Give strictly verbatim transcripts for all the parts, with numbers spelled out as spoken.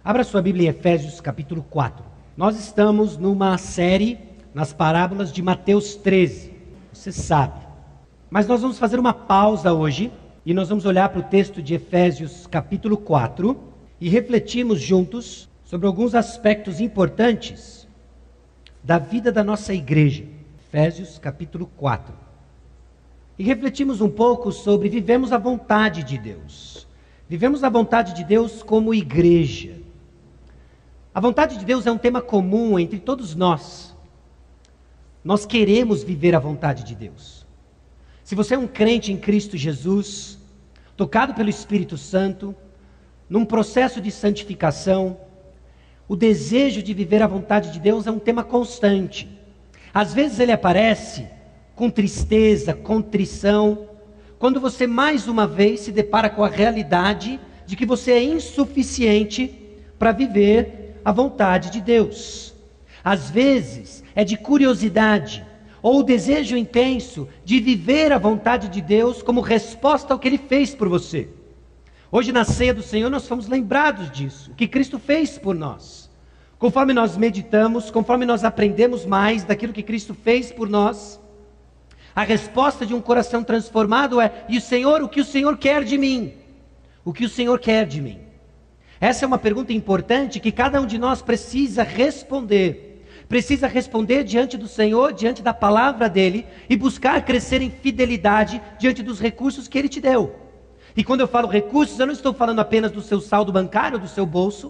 Abra sua Bíblia em Efésios capítulo quatro. Nós estamos numa série nas parábolas de Mateus treze. Você sabe. Mas nós vamos fazer uma pausa hoje e nós vamos olhar para o texto de Efésios capítulo quatro e refletirmos juntos sobre alguns aspectos importantes da vida da nossa igreja. Efésios capítulo quatro. E refletimos um pouco sobre vivemos a vontade de Deus. Vivemos a vontade de Deus como igreja. A vontade de Deus é um tema comum entre todos nós. Nós queremos viver a vontade de Deus. Se você é um crente em Cristo Jesus, tocado pelo Espírito Santo, num processo de santificação, o desejo de viver a vontade de Deus é um tema constante. Às vezes ele aparece com tristeza, contrição, quando você mais uma vez se depara com a realidade de que você é insuficiente para viver a vontade de Deus. Às vezes é de curiosidade ou o desejo intenso de viver a vontade de Deus como resposta ao que Ele fez por você. Hoje na ceia do Senhor nós fomos lembrados disso, o que Cristo fez por nós. Conforme nós meditamos, conforme nós aprendemos mais daquilo que Cristo fez por nós, a resposta de um coração transformado é: e o Senhor, o que o Senhor quer de mim? O que o Senhor quer de mim? Essa é uma pergunta importante que cada um de nós precisa responder. Precisa responder diante do Senhor, diante da palavra dEle, e buscar crescer em fidelidade diante dos recursos que Ele te deu. E quando eu falo recursos, eu não estou falando apenas do seu saldo bancário, do seu bolso,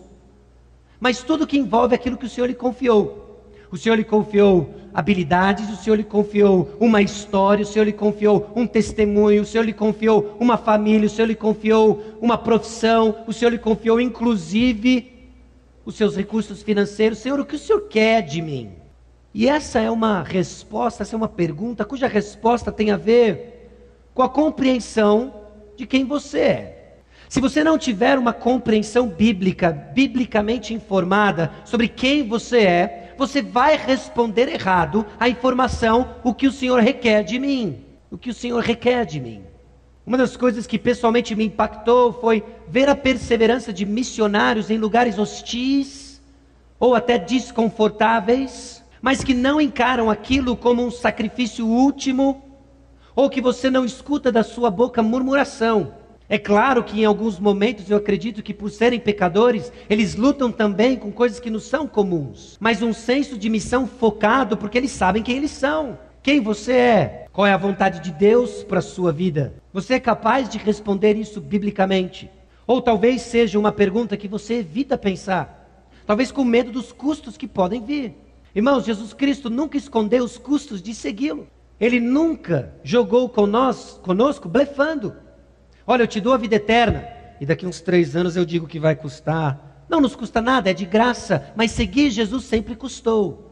mas tudo que envolve aquilo que o Senhor lhe confiou. O Senhor lhe confiou habilidades, o Senhor lhe confiou uma história, o Senhor lhe confiou um testemunho, o Senhor lhe confiou uma família, o Senhor lhe confiou uma profissão, o Senhor lhe confiou inclusive os seus recursos financeiros. Senhor, o que o Senhor quer de mim? E essa é uma resposta, essa é uma pergunta cuja resposta tem a ver com a compreensão de quem você é. Se você não tiver uma compreensão bíblica, biblicamente informada sobre quem você é, você vai responder errado à informação: o que o Senhor requer de mim. O que o Senhor requer de mim. Uma das coisas que pessoalmente me impactou foi ver a perseverança de missionários em lugares hostis ou até desconfortáveis, mas que não encaram aquilo como um sacrifício último, ou que você não escuta da sua boca murmuração. É claro que em alguns momentos eu acredito que por serem pecadores, eles lutam também com coisas que nos são comuns, mas um senso de missão focado porque eles sabem quem eles são, quem você é, qual é a vontade de Deus para a sua vida. Você é capaz de responder isso biblicamente? Ou talvez seja uma pergunta que você evita pensar, talvez com medo dos custos que podem vir. Irmãos, Jesus Cristo nunca escondeu os custos de segui-lo. Ele nunca jogou com nós, conosco blefando. Olha, eu te dou a vida eterna, e daqui uns três anos eu digo que vai custar. Não nos custa nada, é de graça, mas seguir Jesus sempre custou.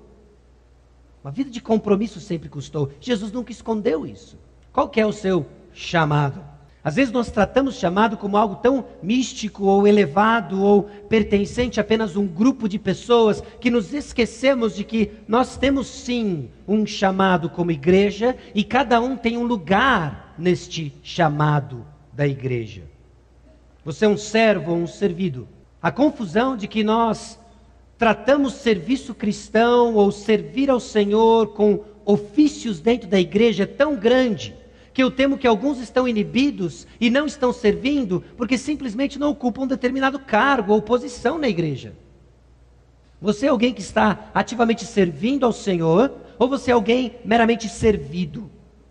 Uma vida de compromisso sempre custou. Jesus nunca escondeu isso. Qual que é o seu chamado? Às vezes nós tratamos chamado como algo tão místico ou elevado ou pertencente a apenas um grupo de pessoas, que nos esquecemos de que nós temos sim um chamado como igreja e cada um tem um lugar neste chamado da igreja. Você é um servo ou um servido. A confusão de que nós tratamos serviço cristão ou servir ao Senhor com ofícios dentro da igreja é tão grande que eu temo que alguns estão inibidos e não estão servindo porque simplesmente não ocupam um determinado cargo ou posição na igreja. Você é alguém que está ativamente servindo ao Senhor, ou você é alguém meramente servido?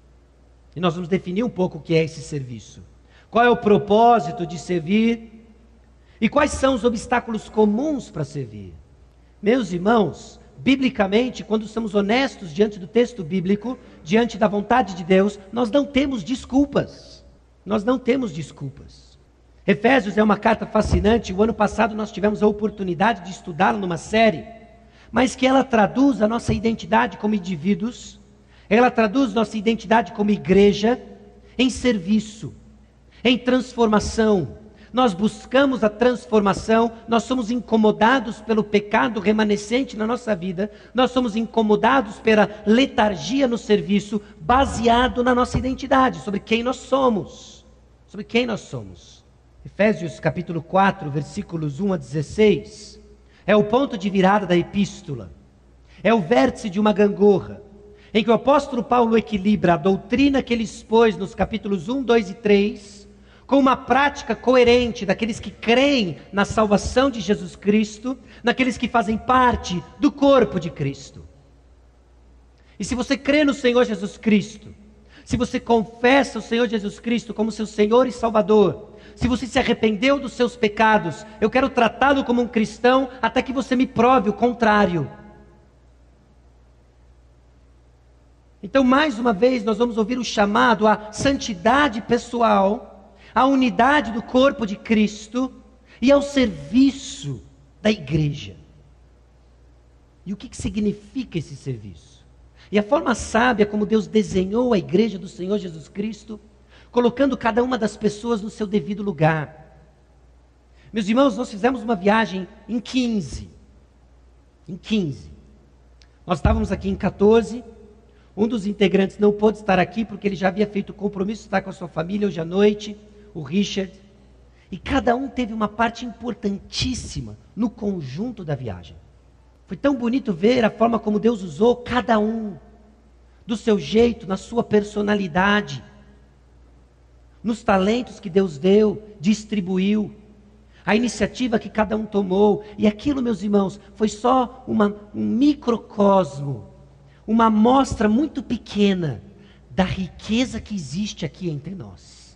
E nós vamos definir um pouco o que é esse serviço. Qual é o propósito de servir? E quais são os obstáculos comuns para servir? Meus irmãos, biblicamente, quando somos honestos diante do texto bíblico, diante da vontade de Deus, nós não temos desculpas. Nós não temos desculpas. Efésios é uma carta fascinante. O ano passado nós tivemos a oportunidade de estudá-la numa série, mas que ela traduz a nossa identidade como indivíduos, ela traduz nossa identidade como igreja em serviço, em transformação. Nós buscamos a transformação, nós somos incomodados pelo pecado remanescente na nossa vida, nós somos incomodados pela letargia no serviço, baseado na nossa identidade, sobre quem nós somos, sobre quem nós somos. Efésios capítulo quatro, versículos um a dezesseis, é o ponto de virada da epístola. É o vértice de uma gangorra, em que o apóstolo Paulo equilibra a doutrina que ele expôs nos capítulos um, dois e três, com uma prática coerente daqueles que creem na salvação de Jesus Cristo, naqueles que fazem parte do corpo de Cristo. E se você crê no Senhor Jesus Cristo, se você confessa o Senhor Jesus Cristo como seu Senhor e Salvador, se você se arrependeu dos seus pecados, eu quero tratá-lo como um cristão até que você me prove o contrário. Então, mais uma vez, nós vamos ouvir o chamado à santidade pessoal, à unidade do corpo de Cristo e ao serviço da igreja. E o que, que significa esse serviço? E a forma sábia como Deus desenhou a igreja do Senhor Jesus Cristo, colocando cada uma das pessoas no seu devido lugar. Meus irmãos, nós fizemos uma viagem em quinze. Em quinze. Nós estávamos aqui em quatorze. Um dos integrantes não pôde estar aqui porque ele já havia feito o compromisso de estar com a sua família hoje à noite, o Richard. E cada um teve uma parte importantíssima no conjunto da viagem. Foi tão bonito ver a forma como Deus usou cada um, do seu jeito, na sua personalidade, nos talentos que Deus deu, distribuiu, a iniciativa que cada um tomou. E aquilo, meus irmãos, foi só uma, um microcosmo, uma amostra muito pequena da riqueza que existe aqui entre nós.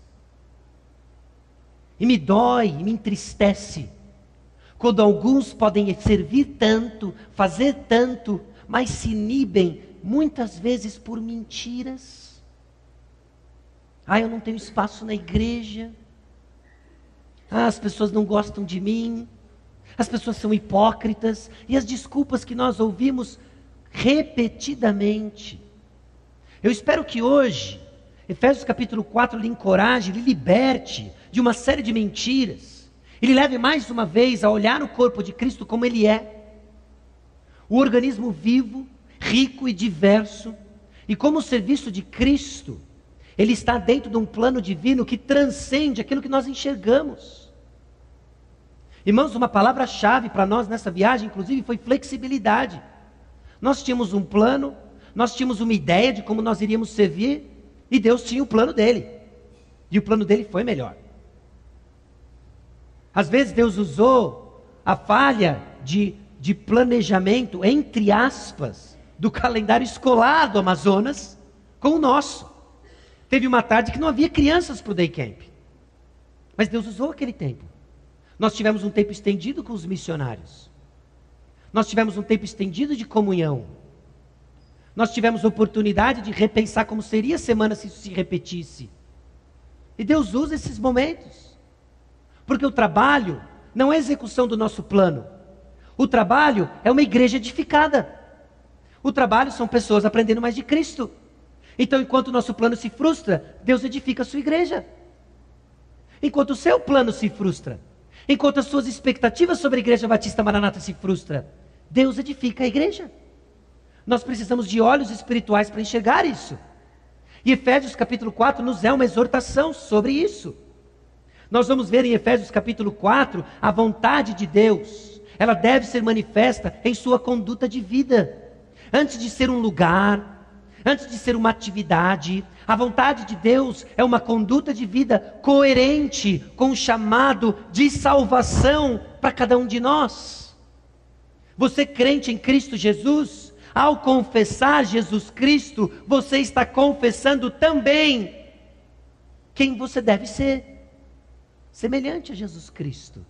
E me dói, e me entristece, quando alguns podem servir tanto, fazer tanto, mas se inibem muitas vezes por mentiras. Ah, eu não tenho espaço na igreja. Ah, as pessoas não gostam de mim. As pessoas são hipócritas. E as desculpas que nós ouvimos repetidamente. Eu espero que hoje, Efésios capítulo quatro lhe encoraje, lhe liberte de uma série de mentiras. Ele leve mais uma vez a olhar o corpo de Cristo como ele é. O organismo vivo, rico e diverso. E como o serviço de Cristo, ele está dentro de um plano divino que transcende aquilo que nós enxergamos. Irmãos, uma palavra-chave para nós nessa viagem, inclusive, foi flexibilidade. Nós tínhamos um plano, nós tínhamos uma ideia de como nós iríamos servir, e Deus tinha o plano dele. E o plano dele foi melhor. Às vezes Deus usou a falha de, de planejamento, entre aspas, do calendário escolar do Amazonas, com o nosso. Teve uma tarde que não havia crianças para o day camp. Mas Deus usou aquele tempo. Nós tivemos um tempo estendido com os missionários. Nós tivemos um tempo estendido de comunhão. Nós tivemos oportunidade de repensar como seria a semana se isso se repetisse. E Deus usa esses momentos. Porque o trabalho não é a execução do nosso plano. O trabalho é uma igreja edificada. O trabalho são pessoas aprendendo mais de Cristo. Então, enquanto o nosso plano se frustra, Deus edifica a sua igreja. Enquanto o seu plano se frustra, enquanto as suas expectativas sobre a Igreja Batista Maranata se frustram, Deus edifica a igreja. Nós precisamos de olhos espirituais para enxergar isso. E Efésios capítulo quatro nos é uma exortação sobre isso. Nós vamos ver em Efésios capítulo quatro a vontade de Deus. Ela deve ser manifesta em sua conduta de vida. Antes de ser um lugar, antes de ser uma atividade, a vontade de Deus é uma conduta de vida coerente com o chamado de salvação para cada um de nós. Você crente em Cristo Jesus, ao confessar Jesus Cristo, você está confessando também quem você deve ser, semelhante a Jesus Cristo.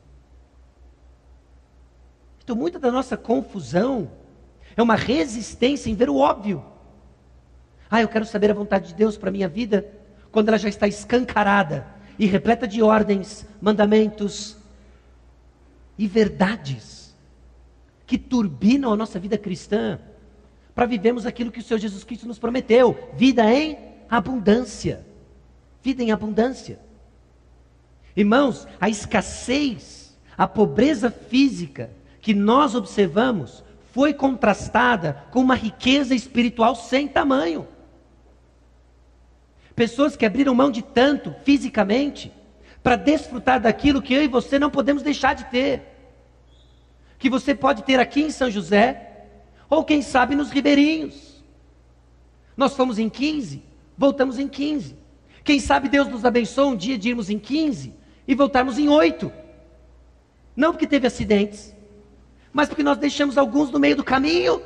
Então, muita da nossa confusão é uma resistência em ver o óbvio. Ah, eu quero saber a vontade de Deus para a minha vida, quando ela já está escancarada e repleta de ordens, mandamentos e verdades que turbinam a nossa vida cristã, para vivermos aquilo que o Senhor Jesus Cristo nos prometeu, vida em abundância, vida em abundância. Irmãos, a escassez, a pobreza física que nós observamos, foi contrastada com uma riqueza espiritual sem tamanho. Pessoas que abriram mão de tanto fisicamente, para desfrutar daquilo que eu e você não podemos deixar de ter. Que você pode ter aqui em São José, ou quem sabe nos Ribeirinhos. Nós fomos em quinze, voltamos em quinze. Quem sabe Deus nos abençoe um dia de irmos em quinze e voltarmos em oito. Não porque teve acidentes, mas porque nós deixamos alguns no meio do caminho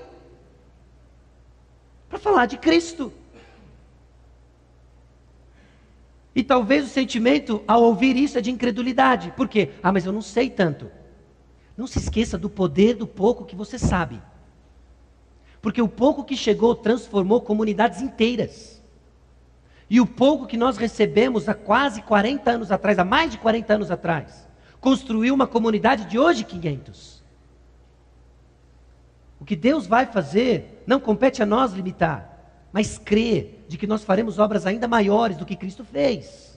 para falar de Cristo. E talvez o sentimento ao ouvir isso é de incredulidade. Por quê? Ah, mas eu não sei tanto. Não se esqueça do poder do pouco que você sabe. Porque o pouco que chegou transformou comunidades inteiras. E o pouco que nós recebemos há quase quarenta anos atrás, há mais de quarenta anos atrás, construiu uma comunidade de hoje quinhentos. O que Deus vai fazer não compete a nós limitar, mas crer de que nós faremos obras ainda maiores do que Cristo fez.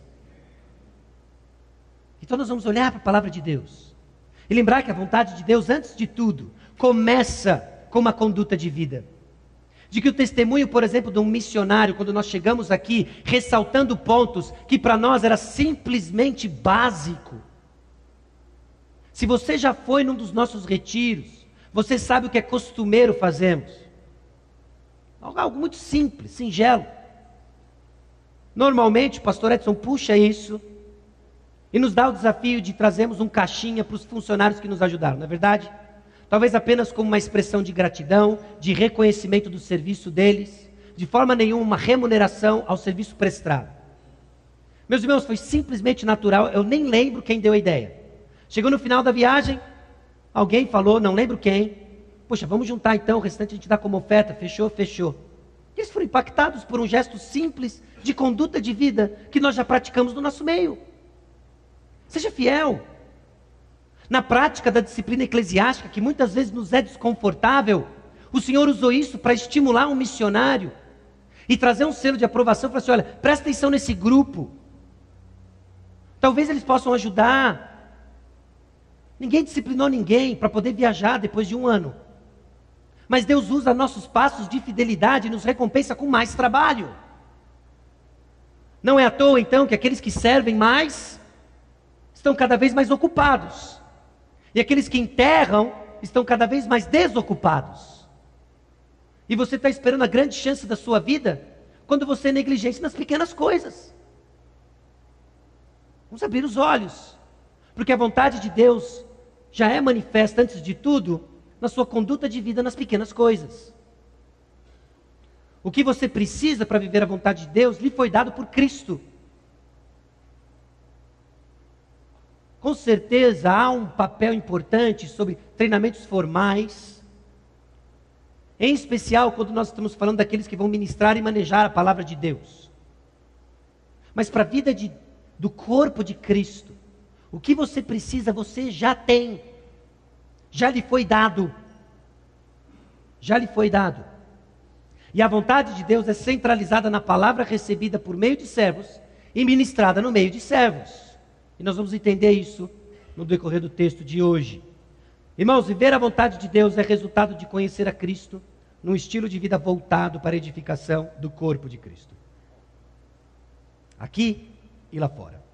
Então nós vamos olhar para a palavra de Deus e lembrar que a vontade de Deus, antes de tudo, começa com uma conduta de vida. De que o testemunho, por exemplo, de um missionário, quando nós chegamos aqui, ressaltando pontos que para nós era simplesmente básico. Se você já foi num dos nossos retiros, você sabe o que é costumeiro fazermos. Algo muito simples, singelo. Normalmente o pastor Edson puxa isso e nos dá o desafio de trazermos um caixinha para os funcionários que nos ajudaram, não é verdade? Talvez apenas como uma expressão de gratidão, de reconhecimento do serviço deles, de forma nenhuma uma remuneração ao serviço prestado. Meus irmãos, foi simplesmente natural, eu nem lembro quem deu a ideia. Chegou no final da viagem, alguém falou, não lembro quem, poxa, vamos juntar então, o restante a gente dá como oferta, fechou, fechou. Eles foram impactados por um gesto simples de conduta de vida que nós já praticamos no nosso meio. Seja fiel. Na prática da disciplina eclesiástica, que muitas vezes nos é desconfortável, o Senhor usou isso para estimular um missionário e trazer um selo de aprovação, para assim, olha, presta atenção nesse grupo. Talvez eles possam ajudar. Ninguém disciplinou ninguém para poder viajar depois de um ano. Mas Deus usa nossos passos de fidelidade e nos recompensa com mais trabalho. Não é à toa, então, que aqueles que servem mais estão cada vez mais ocupados. E aqueles que enterram estão cada vez mais desocupados. E você está esperando a grande chance da sua vida quando você é negligente nas pequenas coisas. Vamos abrir os olhos. Porque a vontade de Deus já é manifesta, antes de tudo, na sua conduta de vida nas pequenas coisas. O que você precisa para viver a vontade de Deus lhe foi dado por Cristo. Com certeza há um papel importante sobre treinamentos formais, em especial quando nós estamos falando daqueles que vão ministrar e manejar a palavra de Deus. Mas para a vida de, do corpo de Cristo, o que você precisa, você já tem. Já lhe foi dado. Já lhe foi dado. E a vontade de Deus é centralizada na palavra recebida por meio de servos e ministrada no meio de servos. E nós vamos entender isso no decorrer do texto de hoje. Irmãos, viver a vontade de Deus é resultado de conhecer a Cristo num estilo de vida voltado para a edificação do corpo de Cristo. Aqui e lá fora.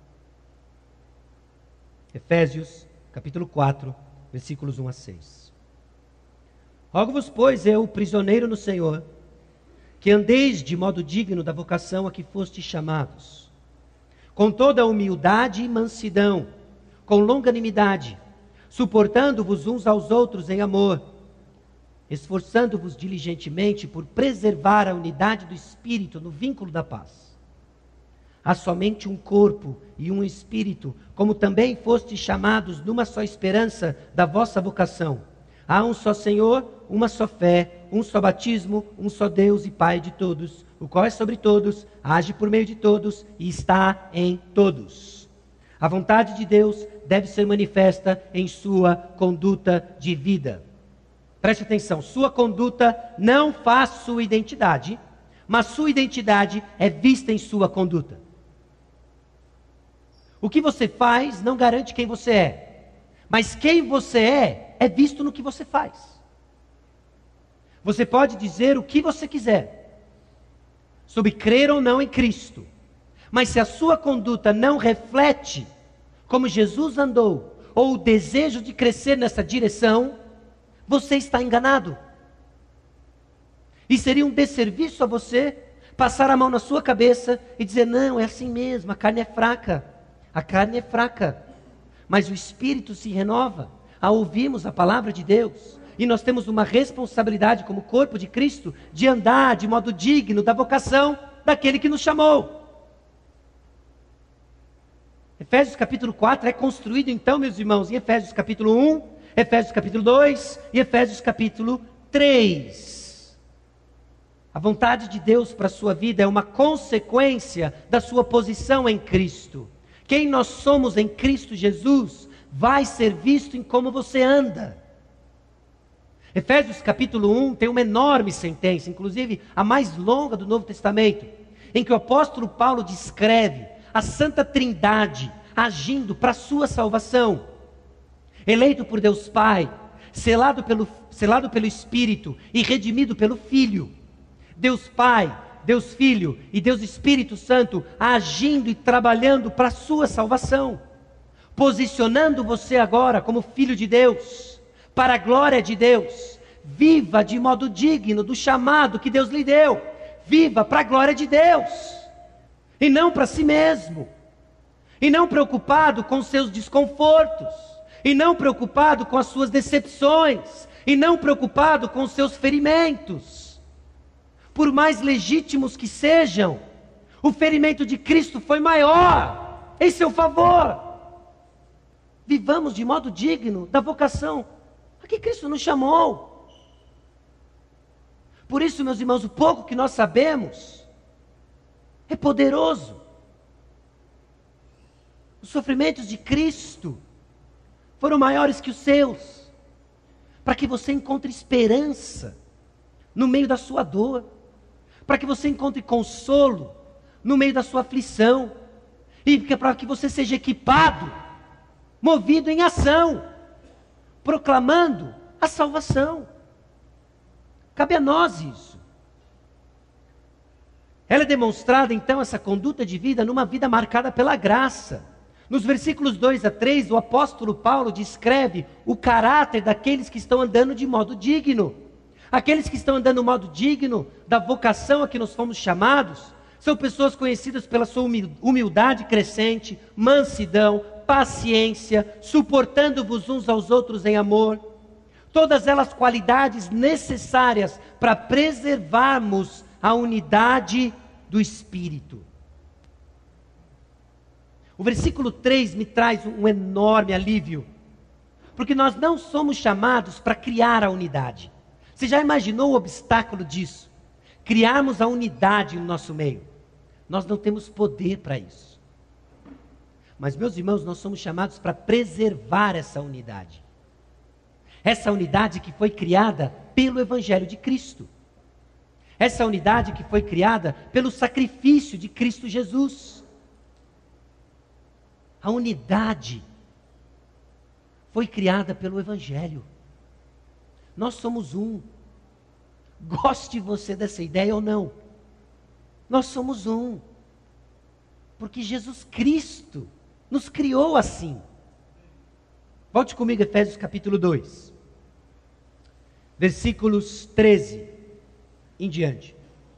Efésios, capítulo quatro, versículos um a seis. Rogo-vos, pois, eu, prisioneiro no Senhor, que andeis de modo digno da vocação a que fostes chamados, com toda a humildade e mansidão, com longanimidade, suportando-vos uns aos outros em amor, esforçando-vos diligentemente por preservar a unidade do Espírito no vínculo da paz. Há somente um corpo e um Espírito, como também fostes chamados numa só esperança da vossa vocação. Há um só Senhor, uma só fé, um só batismo, um só Deus e Pai de todos, o qual é sobre todos, age por meio de todos e está em todos. A vontade de Deus deve ser manifesta em sua conduta de vida. Preste atenção, sua conduta não faz sua identidade, mas sua identidade é vista em sua conduta. O que você faz não garante quem você é, mas quem você é, é visto no que você faz. Você pode dizer o que você quiser, sobre crer ou não em Cristo, mas se a sua conduta não reflete como Jesus andou, ou o desejo de crescer nessa direção, você está enganado. E seria um desserviço a você passar a mão na sua cabeça e dizer, não, é assim mesmo, a carne é fraca. A carne é fraca, mas o Espírito se renova ao ouvirmos a palavra de Deus. E nós temos uma responsabilidade como corpo de Cristo de andar de modo digno da vocação daquele que nos chamou. Efésios capítulo quatro é construído então, meus irmãos, em Efésios capítulo um, Efésios capítulo dois e Efésios capítulo três. A vontade de Deus para a sua vida é uma consequência da sua posição em Cristo. Quem nós somos em Cristo Jesus vai ser visto em como você anda. Efésios capítulo um tem uma enorme sentença, inclusive a mais longa do Novo Testamento, em que o apóstolo Paulo descreve a Santa Trindade agindo para a sua salvação. Eleito por Deus Pai, selado pelo, selado pelo Espírito e redimido pelo Filho. Deus Pai, Deus Filho e Deus Espírito Santo agindo e trabalhando para a sua salvação. Posicionando você agora como filho de Deus, para a glória de Deus. Viva de modo digno do chamado que Deus lhe deu. Viva para a glória de Deus. E não para si mesmo. E não preocupado com seus desconfortos. E não preocupado com as suas decepções. E não preocupado com os seus ferimentos. Por mais legítimos que sejam, o ferimento de Cristo foi maior em seu favor. Vivamos de modo digno da vocação a que Cristo nos chamou. Por isso, meus irmãos, o pouco que nós sabemos é poderoso. Os sofrimentos de Cristo foram maiores que os seus, para que você encontre esperança no meio da sua dor, para que você encontre consolo no meio da sua aflição, e para que você seja equipado, movido em ação, proclamando a salvação. Cabe a nós isso. Ela é demonstrada então, essa conduta de vida, numa vida marcada pela graça. Nos versículos dois a três, o apóstolo Paulo descreve o caráter daqueles que estão andando de modo digno. Aqueles que estão andando de modo digno da vocação a que nós fomos chamados, são pessoas conhecidas pela sua humildade crescente, mansidão, paciência, suportando-vos uns aos outros em amor. Todas elas qualidades necessárias para preservarmos a unidade do Espírito. O versículo três me traz um enorme alívio, porque nós não somos chamados para criar a unidade. Você já imaginou o obstáculo disso? Criarmos a unidade no nosso meio. Nós não temos poder para isso. Mas, meus irmãos, nós somos chamados para preservar essa unidade. Essa unidade que foi criada pelo Evangelho de Cristo. Essa unidade que foi criada pelo sacrifício de Cristo Jesus. A unidade foi criada pelo Evangelho. Nós somos um. Goste você dessa ideia ou não. Nós somos um. Porque Jesus Cristo nos criou assim. Volte comigo, Efésios capítulo dois. Versículos treze em diante.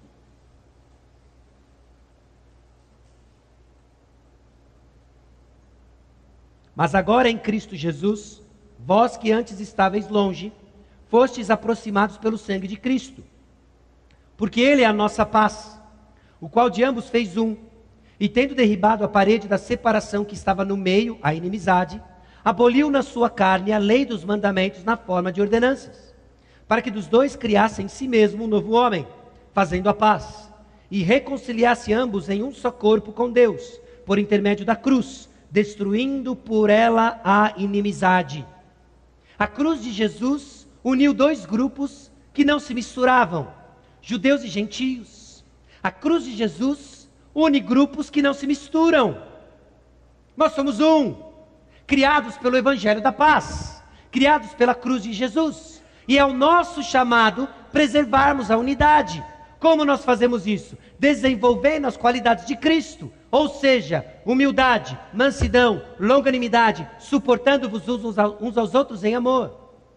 Mas agora em Cristo Jesus, vós que antes estáveis longe, fostes aproximados pelo sangue de Cristo. Porque Ele é a nossa paz, o qual de ambos fez um, e tendo derribado a parede da separação que estava no meio, a inimizade, aboliu na sua carne a lei dos mandamentos na forma de ordenanças, para que dos dois criasse em si mesmo um novo homem, fazendo a paz, e reconciliasse ambos em um só corpo com Deus, por intermédio da cruz, destruindo por ela a inimizade. A cruz de Jesus uniu dois grupos que não se misturavam, judeus e gentios. A cruz de Jesus une grupos que não se misturam. Nós somos um, criados pelo Evangelho da Paz, criados pela cruz de Jesus. E é o nosso chamado preservarmos a unidade. Como nós fazemos isso? Desenvolvendo as qualidades de Cristo, Ou seja, humildade, mansidão, longanimidade, suportando-vos uns aos outros em amor.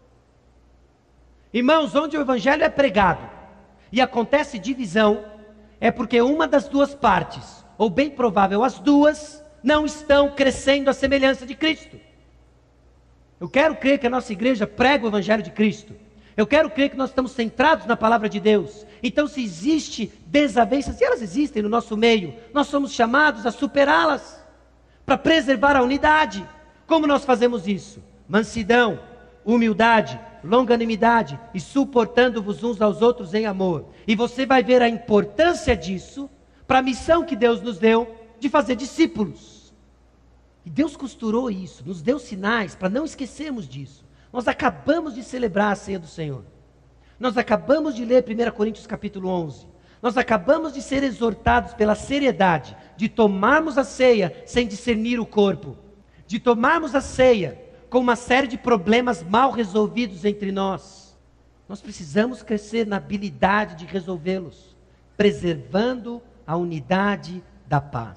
Irmãos, onde o evangelho é pregado e acontece divisão, é porque uma das duas partes, ou bem provável as duas, não estão crescendo à semelhança de Cristo. Eu quero crer que a nossa igreja prega o evangelho de Cristo. Eu quero crer que nós estamos centrados na palavra de Deus. Então, se existe desavenças, e elas existem no nosso meio, nós somos chamados a superá-las, para preservar a unidade. Como nós fazemos isso? Mansidão, humildade, longanimidade e suportando-vos uns aos outros em amor. E você vai ver a importância disso para a missão que Deus nos deu de fazer discípulos. E Deus costurou isso, nos deu sinais para não esquecermos disso. Nós acabamos de celebrar a ceia do Senhor. Nós acabamos de ler primeira Coríntios capítulo onze. Nós acabamos de ser exortados pela seriedade de tomarmos a ceia sem discernir o corpo. De tomarmos a ceia com uma série de problemas mal resolvidos entre nós. Nós precisamos crescer na habilidade de resolvê-los, preservando a unidade da paz.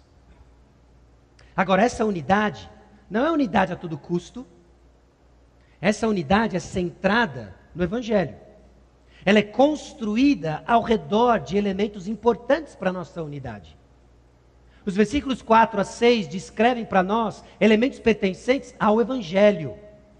Agora, essa unidade não é unidade a todo custo. Essa unidade é centrada no Evangelho. Ela é construída ao redor de elementos importantes para a nossa unidade. Os versículos quatro a seis descrevem para nós elementos pertencentes ao Evangelho.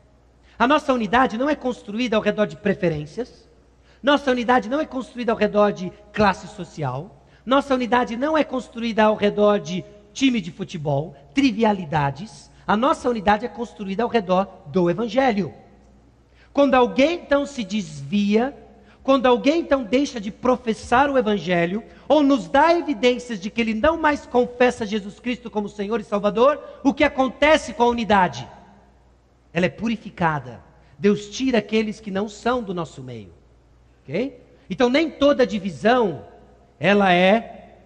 A nossa unidade não é construída ao redor de preferências. Nossa unidade não é construída ao redor de classe social. Nossa unidade não é construída ao redor de time de futebol, trivialidades. A nossa unidade é construída ao redor do Evangelho. Quando alguém então se desvia, quando alguém então deixa de professar o Evangelho, ou nos dá evidências de que ele não mais confessa Jesus Cristo como Senhor e Salvador, o que acontece com a unidade? Ela é purificada. Deus tira aqueles que não são do nosso meio. Ok? Então nem toda divisão, ela é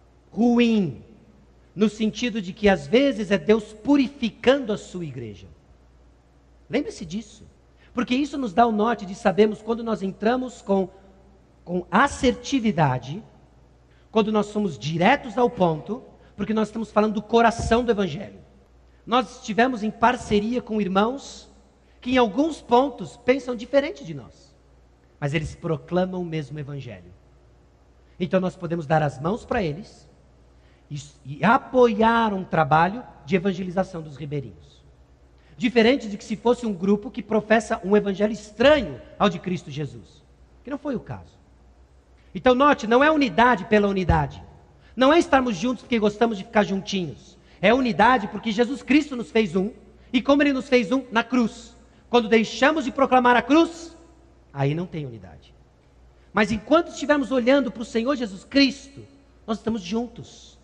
ruim. No sentido de que às vezes é Deus purificando a sua igreja. Lembre-se disso. Porque isso nos dá o norte de sabermos quando nós entramos com, com assertividade, quando nós somos diretos ao ponto, porque nós estamos falando do coração do Evangelho. Nós estivemos em parceria com irmãos que em alguns pontos pensam diferente de nós, mas eles proclamam o mesmo Evangelho. Então nós podemos dar as mãos para eles e, e apoiar um trabalho de evangelização dos ribeirinhos. Diferente de que se fosse um grupo que professa um evangelho estranho ao de Cristo Jesus, que não foi o caso. Então note, não é unidade pela unidade, não é estarmos juntos porque gostamos de ficar juntinhos, é unidade porque Jesus Cristo nos fez um, e como Ele nos fez um na cruz. Quando deixamos de proclamar a cruz, aí não tem unidade. Mas enquanto estivermos olhando para o Senhor Jesus Cristo, nós estamos juntos.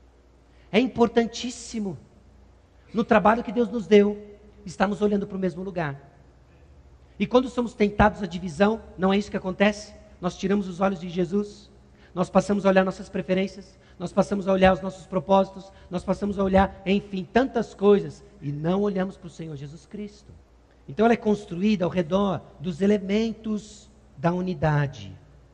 É importantíssimo, no trabalho que Deus nos deu, estamos olhando para o mesmo lugar. E quando somos tentados à divisão, não é isso que acontece? Nós tiramos os olhos de Jesus, nós passamos a olhar nossas preferências, nós passamos a olhar os nossos propósitos, nós passamos a olhar, enfim, tantas coisas, e não olhamos para o Senhor Jesus Cristo. Então ela é construída ao redor dos elementos da unidade.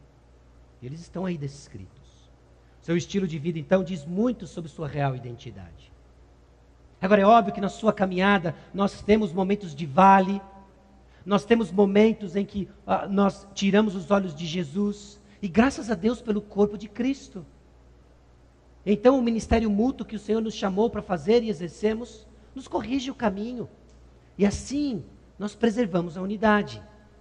Eles estão aí descritos. Seu estilo de vida, então, diz muito sobre sua real identidade. Agora é óbvio que na sua caminhada nós temos momentos de vale, nós temos momentos em que uh, nós tiramos os olhos de Jesus, e graças a Deus pelo corpo de Cristo. Então o ministério mútuo que o Senhor nos chamou para fazer e exercemos, nos corrige o caminho, e assim nós preservamos a unidade.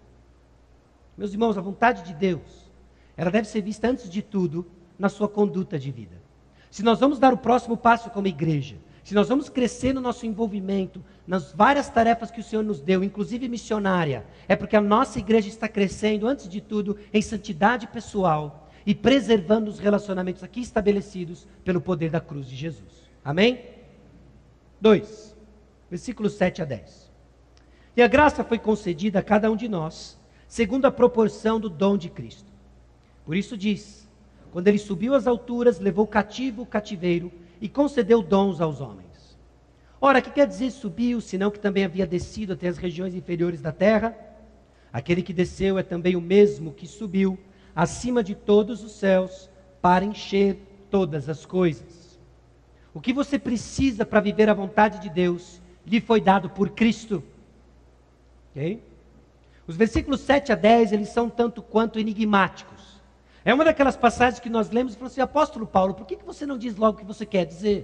Meus irmãos, a vontade de Deus, ela deve ser vista antes de tudo na sua conduta de vida. Se nós vamos dar o próximo passo como igreja, se nós vamos crescer no nosso envolvimento, nas várias tarefas que o Senhor nos deu, inclusive missionária, é porque a nossa igreja está crescendo, antes de tudo, em santidade pessoal e preservando os relacionamentos aqui estabelecidos pelo poder da cruz de Jesus. Amém? dois, versículos sete a dez. E a graça foi concedida a cada um de nós, segundo a proporção do dom de Cristo. Por isso diz, quando ele subiu às alturas, levou cativo o cativeiro, e concedeu dons aos homens. Ora, que quer dizer subiu, senão que também havia descido até as regiões inferiores da terra? Aquele que desceu é também o mesmo que subiu acima de todos os céus para encher todas as coisas. O que você precisa para viver a vontade de Deus lhe foi dado por Cristo. Ok? Os versículos sete a dez, eles são tanto quanto enigmáticos. É uma daquelas passagens que nós lemos e falamos assim: apóstolo Paulo, por que que você não diz logo o que você quer dizer?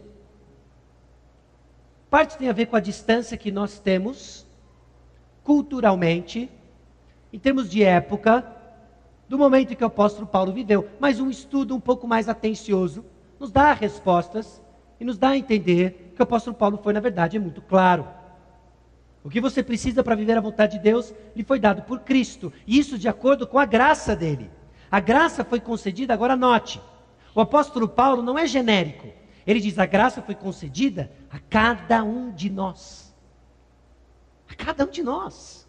Parte tem a ver com a distância que nós temos, culturalmente, em termos de época, do momento em que o apóstolo Paulo viveu. Mas um estudo um pouco mais atencioso nos dá respostas e nos dá a entender que o apóstolo Paulo foi, na verdade, é muito claro. O que você precisa para viver a vontade de Deus lhe foi dado por Cristo. E isso de acordo com a graça dele. A graça foi concedida, agora note. O apóstolo Paulo não é genérico. Ele diz: a graça foi concedida a cada um de nós. A cada um de nós.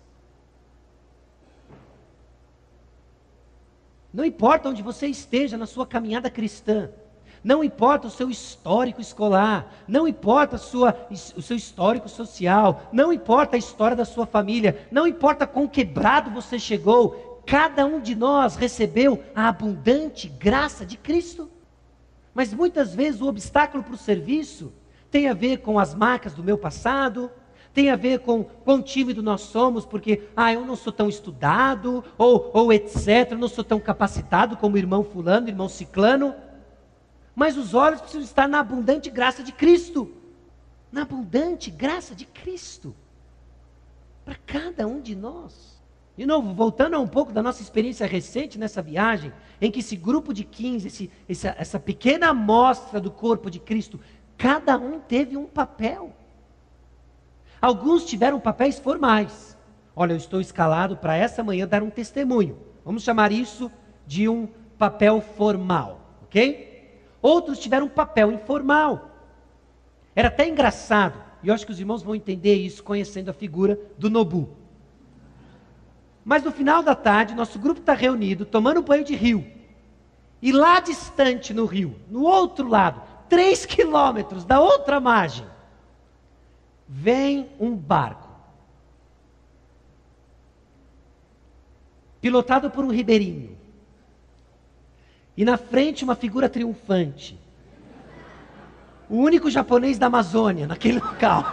Não importa onde você esteja na sua caminhada cristã. Não importa o seu histórico escolar, não importa a sua, o seu histórico social, não importa a história da sua família, não importa quão quebrado você chegou, cada um de nós recebeu a abundante graça de Cristo. Mas muitas vezes o obstáculo para o serviço tem a ver com as marcas do meu passado, tem a ver com quão tímido nós somos, porque, ah, eu não sou tão estudado, ou, ou etcétera, eu não sou tão capacitado como o irmão fulano, o irmão ciclano. Mas os olhos precisam estar na abundante graça de Cristo. Na abundante graça de Cristo. Para cada um de nós. De novo, voltando a um pouco da nossa experiência recente nessa viagem, em que esse grupo de quinze, esse, essa, essa pequena amostra do corpo de Cristo, cada um teve um papel. Alguns tiveram papéis formais. Olha, eu estou escalado para essa manhã dar um testemunho. Vamos chamar isso de um papel formal, ok? Outros tiveram um papel informal. Era até engraçado, e eu acho que os irmãos vão entender isso conhecendo a figura do Nobu. Mas no final da tarde, nosso grupo está reunido, tomando banho de rio. E lá distante no rio, no outro lado, três quilômetros da outra margem, vem um barco. Pilotado por um ribeirinho. E na frente uma figura triunfante. O único japonês da Amazônia, naquele local.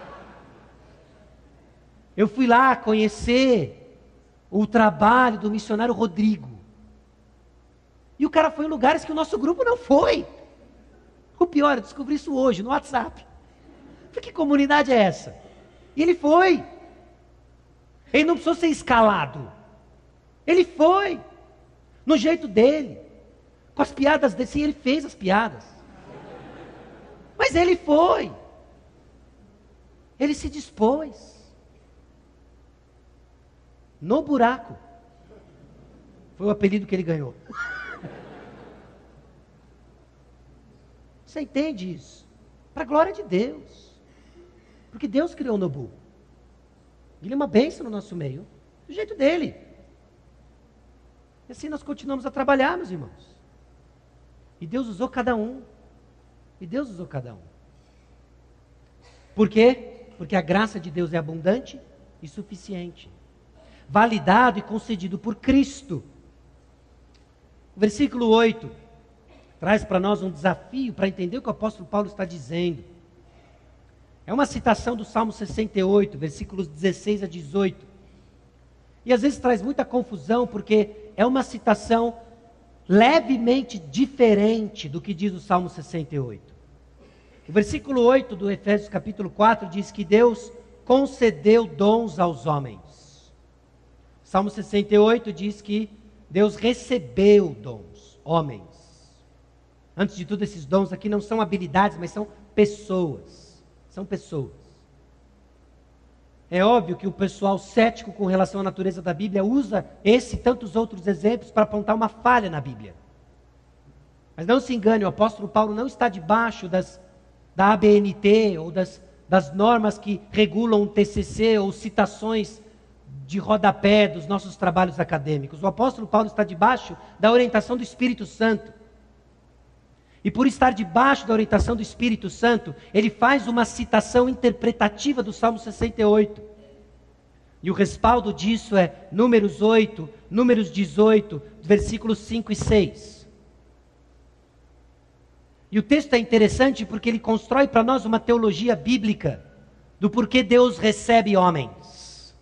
Eu fui lá conhecer o trabalho do missionário Rodrigo. E o cara foi em lugares que o nosso grupo não foi. O pior, eu descobri isso hoje no WhatsApp. Falei, que comunidade é essa? E ele foi. Ele não precisou ser escalado. Ele foi. No jeito dele. Com as piadas dele, sim, ele fez as piadas. Mas ele foi. Ele se dispôs. No buraco. Foi o apelido que ele ganhou. Você entende isso? Para a glória de Deus. Porque Deus criou o Nobu. Ele é uma bênção no nosso meio. Do jeito dele. E assim nós continuamos a trabalhar, meus irmãos. E Deus usou cada um. E Deus usou cada um. Por quê? Porque a graça de Deus é abundante e suficiente. Validado e concedido por Cristo. O versículo oito traz para nós um desafio para entender o que o apóstolo Paulo está dizendo. É uma citação do Salmo sessenta e oito, versículos dezesseis a dezoito. E às vezes traz muita confusão, porque é uma citação levemente diferente do que diz o Salmo sessenta e oito. O versículo oito do Efésios capítulo quatro diz que Deus concedeu dons aos homens. O Salmo sessenta e oito diz que Deus recebeu dons, homens. Antes de tudo, esses dons aqui não são habilidades, mas são pessoas. São pessoas. É óbvio que o pessoal cético com relação à natureza da Bíblia usa esse e tantos outros exemplos para apontar uma falha na Bíblia. Mas não se engane, o apóstolo Paulo não está debaixo das, da A B N T ou das, das normas que regulam o T C C ou citações de rodapé dos nossos trabalhos acadêmicos. O apóstolo Paulo está debaixo da orientação do Espírito Santo. E por estar debaixo da orientação do Espírito Santo, ele faz uma citação interpretativa do Salmo sessenta e oito. E o respaldo disso é Números oito, Números dezoito, versículos cinco e seis. E o texto é interessante porque ele constrói para nós uma teologia bíblica do porquê Deus recebe homens.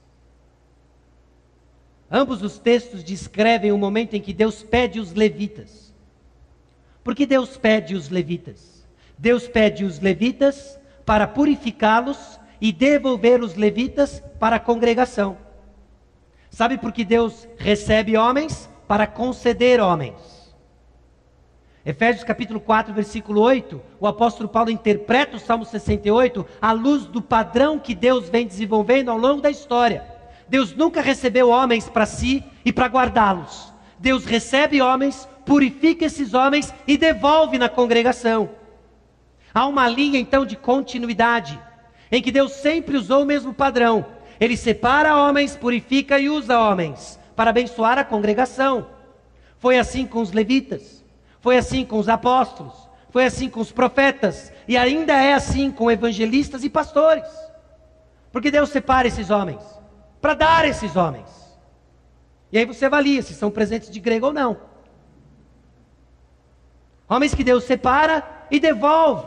Ambos os textos descrevem o momento em que Deus pede os levitas. Por que Deus pede os levitas? Deus pede os levitas para purificá-los e devolver os levitas para a congregação. Sabe por que Deus recebe homens? Para conceder homens. Efésios capítulo quatro, versículo oito, o apóstolo Paulo interpreta o Salmo sessenta e oito à luz do padrão que Deus vem desenvolvendo ao longo da história. Deus nunca recebeu homens para si e para guardá-los. Deus recebe homens, purifica esses homens e devolve na congregação. Há uma linha então de continuidade, em que Deus sempre usou o mesmo padrão. Ele separa homens, purifica e usa homens para abençoar a congregação. Foi assim com os levitas, foi assim com os apóstolos, foi assim com os profetas, e ainda é assim com evangelistas e pastores. Porque Deus separa esses homens, para dar esses homens. E aí você avalia se são presentes de grego ou não. Homens que Deus separa e devolve.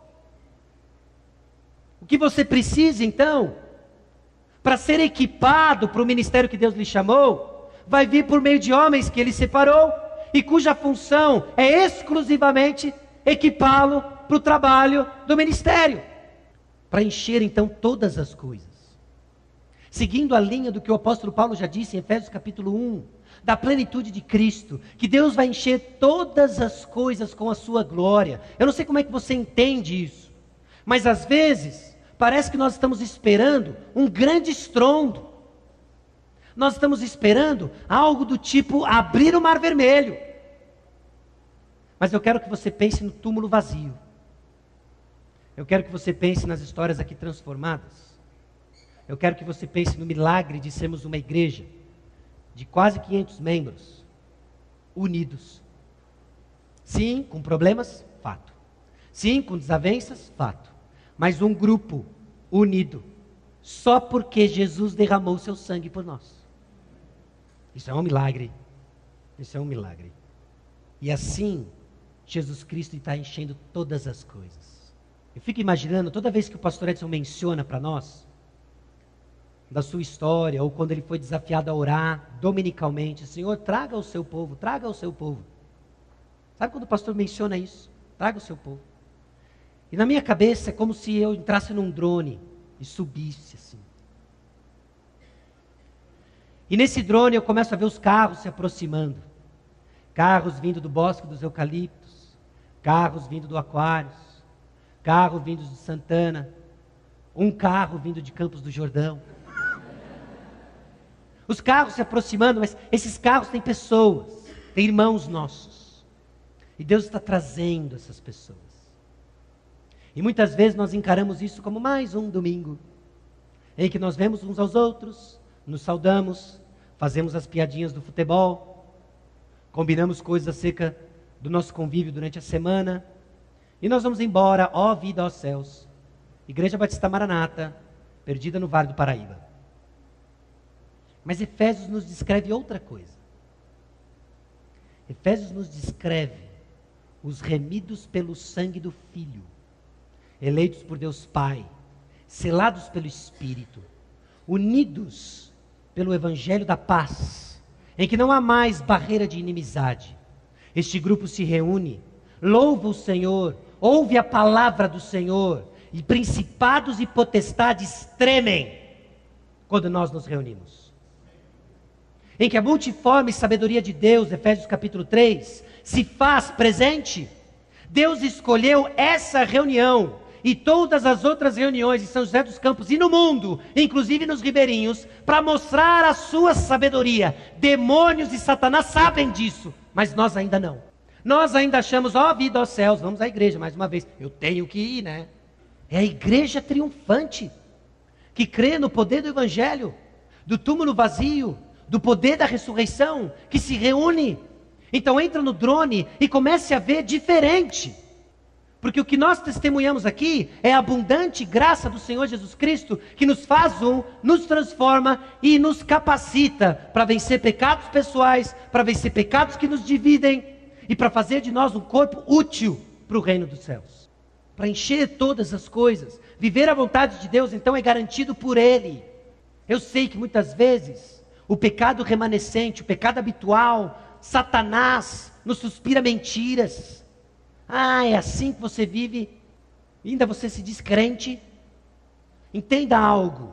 O que você precisa então, para ser equipado para o ministério que Deus lhe chamou, vai vir por meio de homens que Ele separou, e cuja função é exclusivamente equipá-lo para o trabalho do ministério, para encher então todas as coisas. Seguindo a linha do que o apóstolo Paulo já disse em Efésios capítulo um, da plenitude de Cristo, que Deus vai encher todas as coisas com a sua glória. Eu não sei como é que você entende isso, mas às vezes parece que nós estamos esperando um grande estrondo. Nós estamos esperando algo do tipo abrir o mar vermelho. Mas eu quero que você pense no túmulo vazio. Eu quero que você pense nas histórias aqui transformadas. Eu quero que você pense no milagre de sermos uma igreja de quase quinhentos membros, unidos. Sim, com problemas, fato. Sim, com desavenças, fato. Mas um grupo unido, só porque Jesus derramou seu sangue por nós. Isso é um milagre. Isso é um milagre. E assim, Jesus Cristo está enchendo todas as coisas. Eu fico imaginando, toda vez que o pastor Edson menciona para nós, da sua história, ou quando ele foi desafiado a orar dominicalmente, Senhor, traga o seu povo, traga o seu povo. Sabe quando o pastor menciona isso? Traga o seu povo. E na minha cabeça é como se eu entrasse num drone e subisse assim. E nesse drone eu começo a ver os carros se aproximando. Carros vindo do Bosque dos Eucaliptos, carros vindo do Aquários, carros vindos de Santana, um carro vindo de Campos do Jordão. Os carros se aproximando, mas esses carros têm pessoas, têm irmãos nossos. E Deus está trazendo essas pessoas. E muitas vezes nós encaramos isso como mais um domingo, em que nós vemos uns aos outros, nos saudamos, fazemos as piadinhas do futebol, combinamos coisas acerca do nosso convívio durante a semana, e nós vamos embora, ó vida, ó céus. Igreja Batista Maranata, perdida no Vale do Paraíba. Mas Efésios nos descreve outra coisa. Efésios nos descreve os remidos pelo sangue do Filho, eleitos por Deus Pai, selados pelo Espírito, unidos pelo Evangelho da Paz, em que não há mais barreira de inimizade. Este grupo se reúne, louva o Senhor, ouve a palavra do Senhor, e principados e potestades tremem quando nós nos reunimos. Em que a multiforme sabedoria de Deus, Efésios capítulo três, se faz presente. Deus escolheu essa reunião e todas as outras reuniões em São José dos Campos e no mundo, inclusive nos ribeirinhos, para mostrar a sua sabedoria. Demônios e Satanás sabem disso, mas nós ainda não. Nós ainda achamos, ó vida, ó céus, vamos à igreja mais uma vez. Eu tenho que ir, né? É a igreja triunfante, que crê no poder do Evangelho, do túmulo vazio, do poder da ressurreição, que se reúne. Então entra no drone e comece a ver diferente. Porque o que nós testemunhamos aqui é a abundante graça do Senhor Jesus Cristo, que nos faz um, nos transforma e nos capacita para vencer pecados pessoais, para vencer pecados que nos dividem, e para fazer de nós um corpo útil para o reino dos céus. Para encher todas as coisas. Viver a vontade de Deus, então, é garantido por Ele. Eu sei que muitas vezes o pecado remanescente, o pecado habitual, Satanás nos suspira mentiras. Ah, é assim que você vive? Ainda você se diz crente? Entenda algo.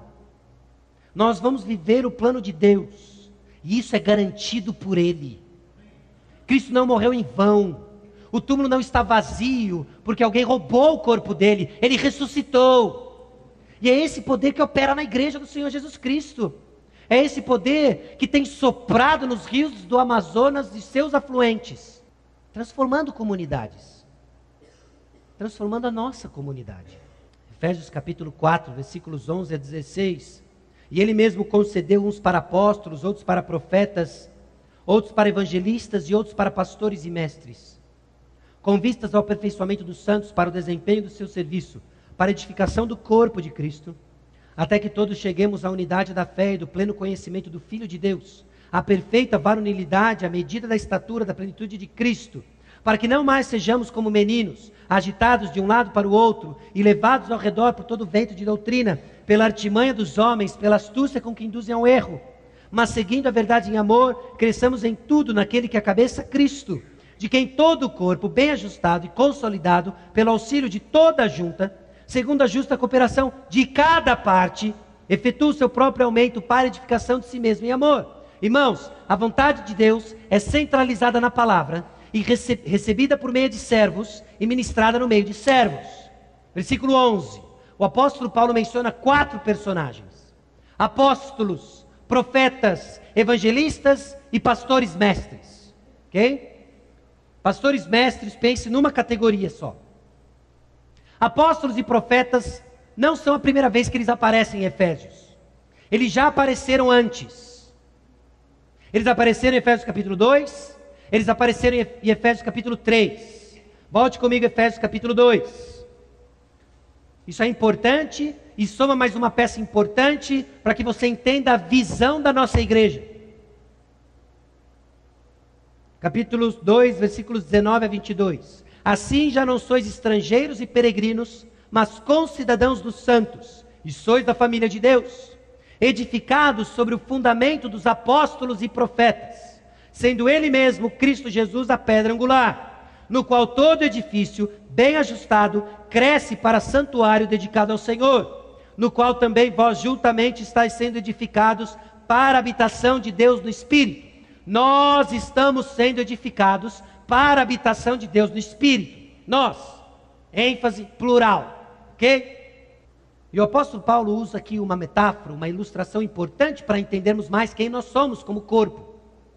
Nós vamos viver o plano de Deus. E isso é garantido por Ele. Cristo não morreu em vão. O túmulo não está vazio porque alguém roubou o corpo dele. Ele ressuscitou. E é esse poder que opera na igreja do Senhor Jesus Cristo. É esse poder que tem soprado nos rios do Amazonas e seus afluentes, transformando comunidades, transformando a nossa comunidade. Efésios capítulo quatro, versículos onze a dezesseis. E Ele mesmo concedeu uns para apóstolos, outros para profetas, outros para evangelistas e outros para pastores e mestres, com vistas ao aperfeiçoamento dos santos para o desempenho do seu serviço, para a edificação do corpo de Cristo, até que todos cheguemos à unidade da fé e do pleno conhecimento do Filho de Deus, à perfeita varonilidade, à medida da estatura da plenitude de Cristo, para que não mais sejamos como meninos, agitados de um lado para o outro e levados ao redor por todo vento de doutrina, pela artimanha dos homens, pela astúcia com que induzem ao erro, mas seguindo a verdade em amor, cresçamos em tudo naquele que é a cabeça, Cristo, de quem todo o corpo, bem ajustado e consolidado, pelo auxílio de toda a junta, segundo a justa cooperação de cada parte, efetua o seu próprio aumento para a edificação de si mesmo em amor. Irmãos, a vontade de Deus é centralizada na palavra e rece- recebida por meio de servos e ministrada no meio de servos. Versículo onze. O apóstolo Paulo menciona quatro personagens: apóstolos, profetas, evangelistas e pastores mestres. Ok? Pastores mestres, pense numa categoria só. Apóstolos e profetas não são a primeira vez que eles aparecem em Efésios. Eles já apareceram antes. Eles apareceram em Efésios capítulo dois, eles apareceram em Efésios capítulo três. Volte comigo a Efésios capítulo dois. Isso é importante e soma mais uma peça importante para que você entenda a visão da nossa igreja. Capítulo dois, versículos dezenove a vinte e dois. Assim já não sois estrangeiros e peregrinos, mas concidadãos dos santos, e sois da família de Deus, edificados sobre o fundamento dos apóstolos e profetas, sendo Ele mesmo, Cristo Jesus, a pedra angular, no qual todo edifício, bem ajustado, cresce para santuário dedicado ao Senhor, no qual também vós juntamente estáis sendo edificados para a habitação de Deus no Espírito. Nós estamos sendo edificados para a habitação de Deus no Espírito. Nós, ênfase plural, ok? E o apóstolo Paulo usa aqui uma metáfora, uma ilustração importante para entendermos mais quem nós somos como corpo.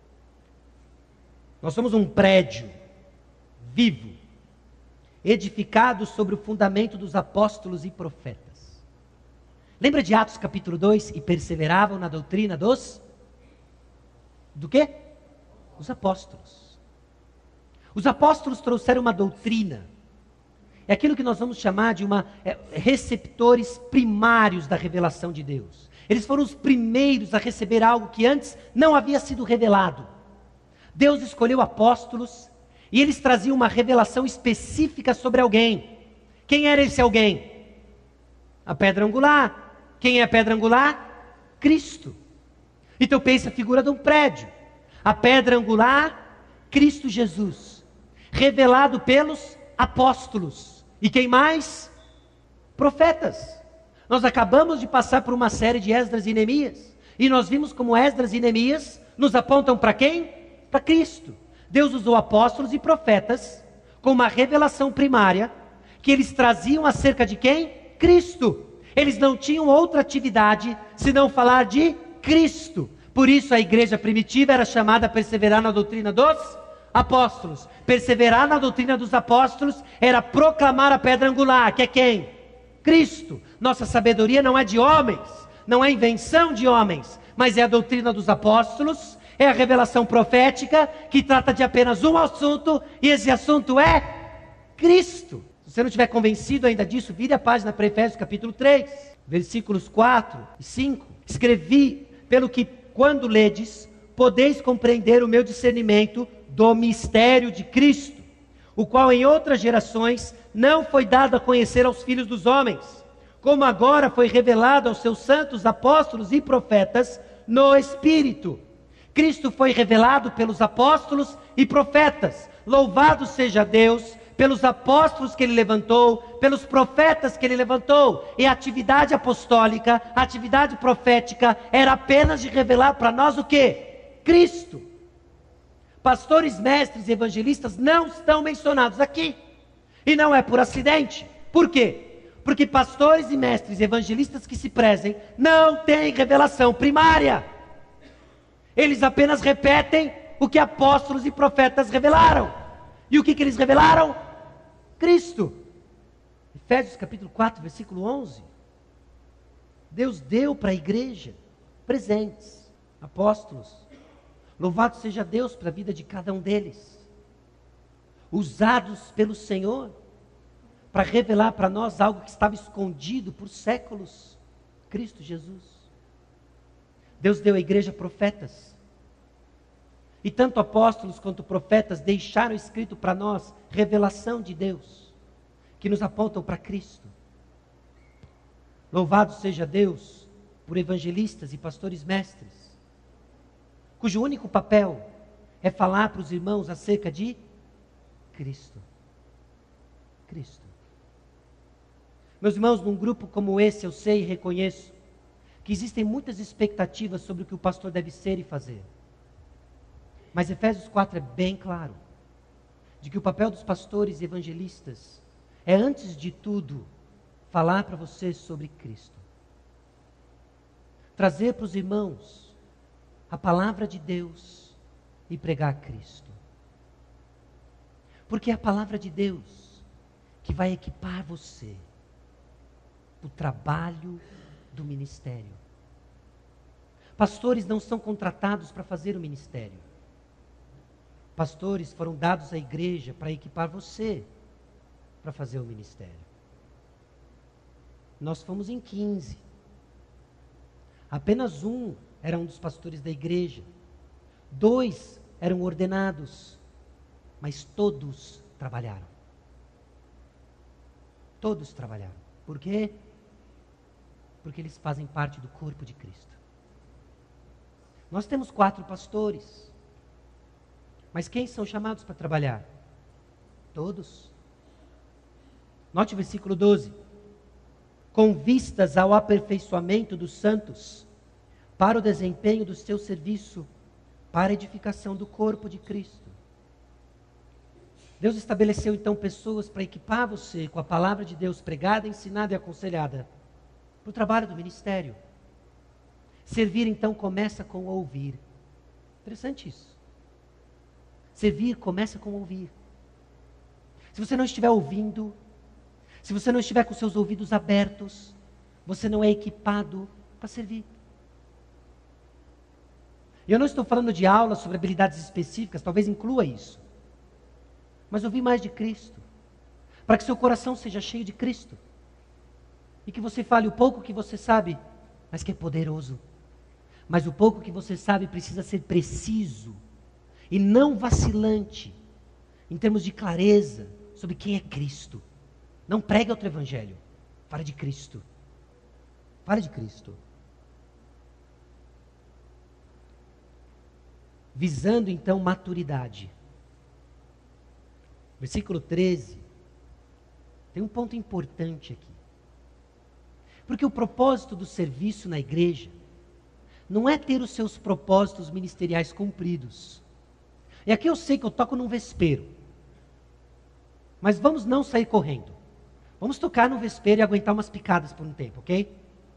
Nós somos um prédio vivo, edificado sobre o fundamento dos apóstolos e profetas. Lembra de Atos capítulo dois? E perseveravam na doutrina dos... Do quê? Os apóstolos. Os apóstolos trouxeram uma doutrina, é aquilo que nós vamos chamar de uma, é, receptores primários da revelação de Deus. Eles foram os primeiros a receber algo que antes não havia sido revelado. Deus escolheu apóstolos e eles traziam uma revelação específica sobre alguém. Quem era esse alguém? A pedra angular. Quem é a pedra angular? Cristo. Então pensa a figura de um prédio. A pedra angular, Cristo Jesus, revelado pelos apóstolos. E quem mais? Profetas. Nós acabamos de passar por uma série de Esdras e Neemias, e nós vimos como Esdras e Neemias nos apontam para quem? Para Cristo. Deus usou apóstolos e profetas com uma revelação primária, que eles traziam acerca de quem? Cristo. Eles não tinham outra atividade senão falar de Cristo. Por isso a igreja primitiva era chamada a perseverar na doutrina dos apóstolos. Perseverar na doutrina dos apóstolos era proclamar a pedra angular, que é quem? Cristo. Nossa sabedoria não é de homens, não é invenção de homens, mas é a doutrina dos apóstolos, é a revelação profética, que trata de apenas um assunto, e esse assunto é Cristo. Se você não estiver convencido ainda disso, vire a página para Efésios capítulo três, versículos quatro e cinco. Escrevi, pelo que quando ledes, podeis compreender o meu discernimento do mistério de Cristo, o qual em outras gerações não foi dado a conhecer aos filhos dos homens, como agora foi revelado aos seus santos apóstolos e profetas no Espírito. Cristo foi revelado pelos apóstolos e profetas. Louvado seja Deus pelos apóstolos que ele levantou, pelos profetas que ele levantou. E a atividade apostólica, a atividade profética era apenas de revelar para nós o quê? Cristo. Pastores, mestres e evangelistas não estão mencionados aqui. E não é por acidente. Por quê? Porque pastores e mestres e evangelistas que se prezem não têm revelação primária. Eles apenas repetem o que apóstolos e profetas revelaram. E o que, que eles revelaram? Cristo. Efésios capítulo quatro, versículo onze. Deus deu para a igreja presentes, apóstolos. Louvado seja Deus pela vida de cada um deles. Usados pelo Senhor para revelar para nós algo que estava escondido por séculos. Cristo Jesus. Deus deu à igreja profetas. E tanto apóstolos quanto profetas deixaram escrito para nós revelação de Deus, que nos apontam para Cristo. Louvado seja Deus por evangelistas e pastores mestres, cujo único papel é falar para os irmãos acerca de Cristo. Cristo. Meus irmãos, num grupo como esse, eu sei e reconheço que existem muitas expectativas sobre o que o pastor deve ser e fazer. Mas Efésios quatro é bem claro, de que o papel dos pastores e evangelistas é, antes de tudo, falar para você sobre Cristo. Trazer para os irmãos a palavra de Deus e pregar Cristo. Porque é a palavra de Deus que vai equipar você para o trabalho do ministério. Pastores não são contratados para fazer o ministério. Pastores foram dados à igreja para equipar você para fazer o ministério. Nós fomos em quinze. Apenas um era um dos pastores da igreja. Dois eram ordenados, mas todos trabalharam. Todos trabalharam. Por quê? Porque eles fazem parte do corpo de Cristo. Nós temos quatro pastores. Mas quem são chamados para trabalhar? Todos. Note o versículo doze. Com vistas ao aperfeiçoamento dos santos, para o desempenho do seu serviço, para a edificação do corpo de Cristo. Deus estabeleceu então pessoas para equipar você com a palavra de Deus pregada, ensinada e aconselhada para o trabalho do ministério. Servir então começa com ouvir. Interessante isso. Servir começa com ouvir. Se você não estiver ouvindo, se você não estiver com seus ouvidos abertos, você não é equipado para servir. E eu não estou falando de aulas sobre habilidades específicas, talvez inclua isso. Mas ouvir mais de Cristo, para que seu coração seja cheio de Cristo. E que você fale o pouco que você sabe, mas que é poderoso. Mas o pouco que você sabe precisa ser preciso e não vacilante, em termos de clareza sobre quem é Cristo. Não pregue outro evangelho, fale de Cristo. Fale de Cristo. Visando então maturidade. Versículo treze. Tem um ponto importante aqui. Porque o propósito do serviço na igreja não é ter os seus propósitos ministeriais cumpridos. E aqui eu sei que eu toco num vespeiro. Mas vamos não sair correndo. Vamos tocar no vespeiro e aguentar umas picadas por um tempo, ok?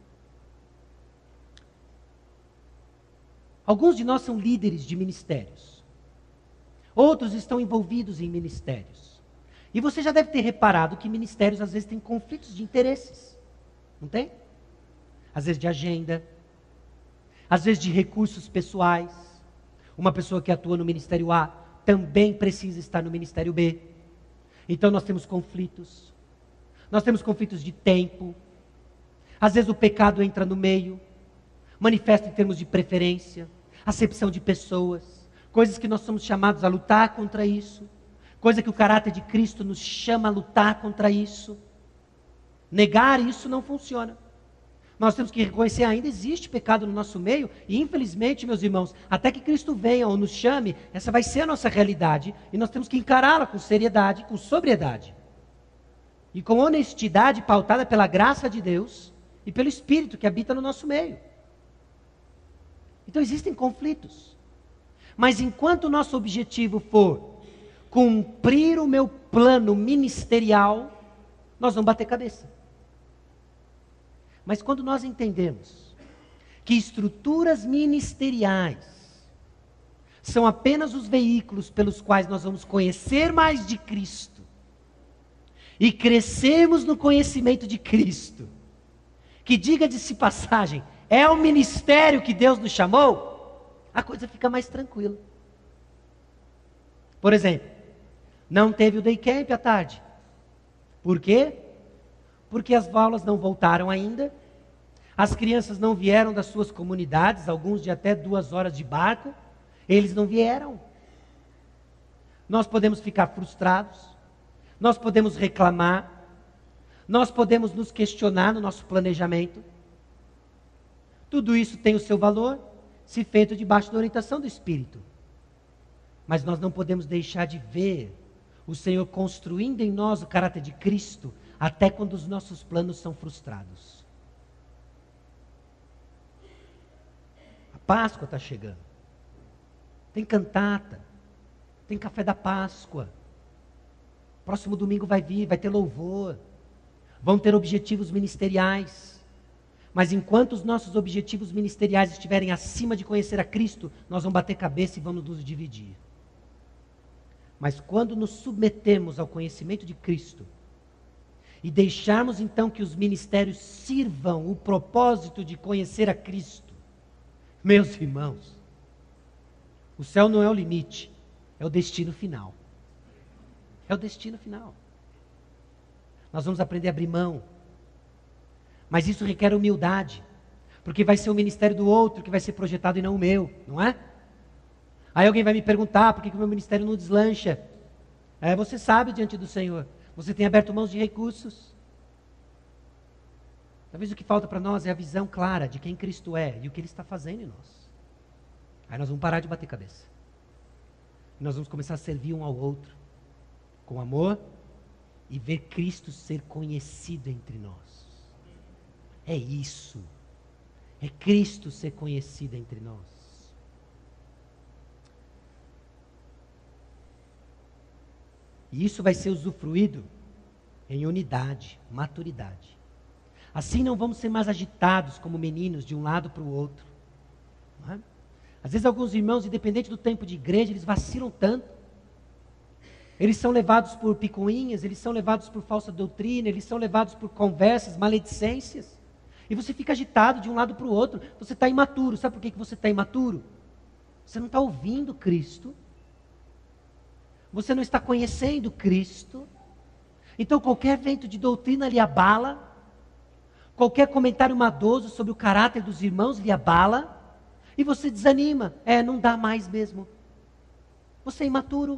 Alguns de nós são líderes de ministérios. Outros estão envolvidos em ministérios. E você já deve ter reparado que ministérios às vezes têm conflitos de interesses. Não tem? Às vezes de agenda. Às vezes de recursos pessoais. Uma pessoa que atua no ministério A também precisa estar no ministério B. Então nós temos conflitos. Nós temos conflitos de tempo. Às vezes o pecado entra no meio. Manifesta em termos de preferência, acepção de pessoas, coisas que nós somos chamados a lutar contra isso, Coisa que o caráter de Cristo nos chama a lutar contra isso. Negar isso não funciona. Nós temos que reconhecer, ainda existe pecado no nosso meio, e infelizmente, meus irmãos, até que Cristo venha ou nos chame, essa vai ser a nossa realidade, e nós temos que encará-la com seriedade, com sobriedade, e com honestidade pautada pela graça de Deus, e pelo Espírito que habita no nosso meio. Então existem conflitos, mas enquanto o nosso objetivo for cumprir o meu plano ministerial, nós vamos bater cabeça. Mas quando nós entendemos que estruturas ministeriais são apenas os veículos pelos quais nós vamos conhecer mais de Cristo e crescermos no conhecimento de Cristo, que, diga-se passagem, é o ministério que Deus nos chamou, a coisa fica mais tranquila. Por exemplo, não teve o day camp à tarde. Por quê? Porque as aulas não voltaram ainda, as crianças não vieram das suas comunidades, alguns de até duas horas de barco, eles não vieram. Nós podemos ficar frustrados, nós podemos reclamar, nós podemos nos questionar no nosso planejamento. Tudo isso tem o seu valor, se feito debaixo da orientação do Espírito. Mas nós não podemos deixar de ver o Senhor construindo em nós o caráter de Cristo, até quando os nossos planos são frustrados. A Páscoa está chegando. Tem cantata. Tem café da Páscoa. Próximo domingo vai vir, vai ter louvor. Vão ter objetivos ministeriais. Mas enquanto os nossos objetivos ministeriais estiverem acima de conhecer a Cristo, nós vamos bater cabeça e vamos nos dividir. Mas quando nos submetemos ao conhecimento de Cristo, e deixarmos então que os ministérios sirvam o propósito de conhecer a Cristo, meus irmãos, o céu não é o limite, é o destino final. É o destino final. Nós vamos aprender a abrir mão, mas isso requer humildade, porque vai ser o ministério do outro que vai ser projetado e não o meu, não é? Aí alguém vai me perguntar, por que que o meu ministério não deslancha? É, você sabe diante do Senhor. Você tem aberto mãos de recursos. Talvez o que falta para nós é a visão clara de quem Cristo é e o que Ele está fazendo em nós. Aí nós vamos parar de bater cabeça. E nós vamos começar a servir um ao outro, com amor, e ver Cristo ser conhecido entre nós. É isso. É Cristo ser conhecido entre nós. E isso vai ser usufruído em unidade, maturidade. Assim não vamos ser mais agitados como meninos de um lado para o outro. Não é? Às vezes alguns irmãos, independente do tempo de igreja, eles vacilam tanto. Eles são levados por picuinhas, eles são levados por falsa doutrina, eles são levados por conversas, maledicências. E você fica agitado de um lado para o outro. Você está imaturo. Sabe por que que você está imaturo? Você não está ouvindo Cristo. Você não está conhecendo Cristo. Então qualquer vento de doutrina lhe abala. Qualquer comentário maldoso sobre o caráter dos irmãos lhe abala. E você desanima. É, não dá mais mesmo. Você é imaturo.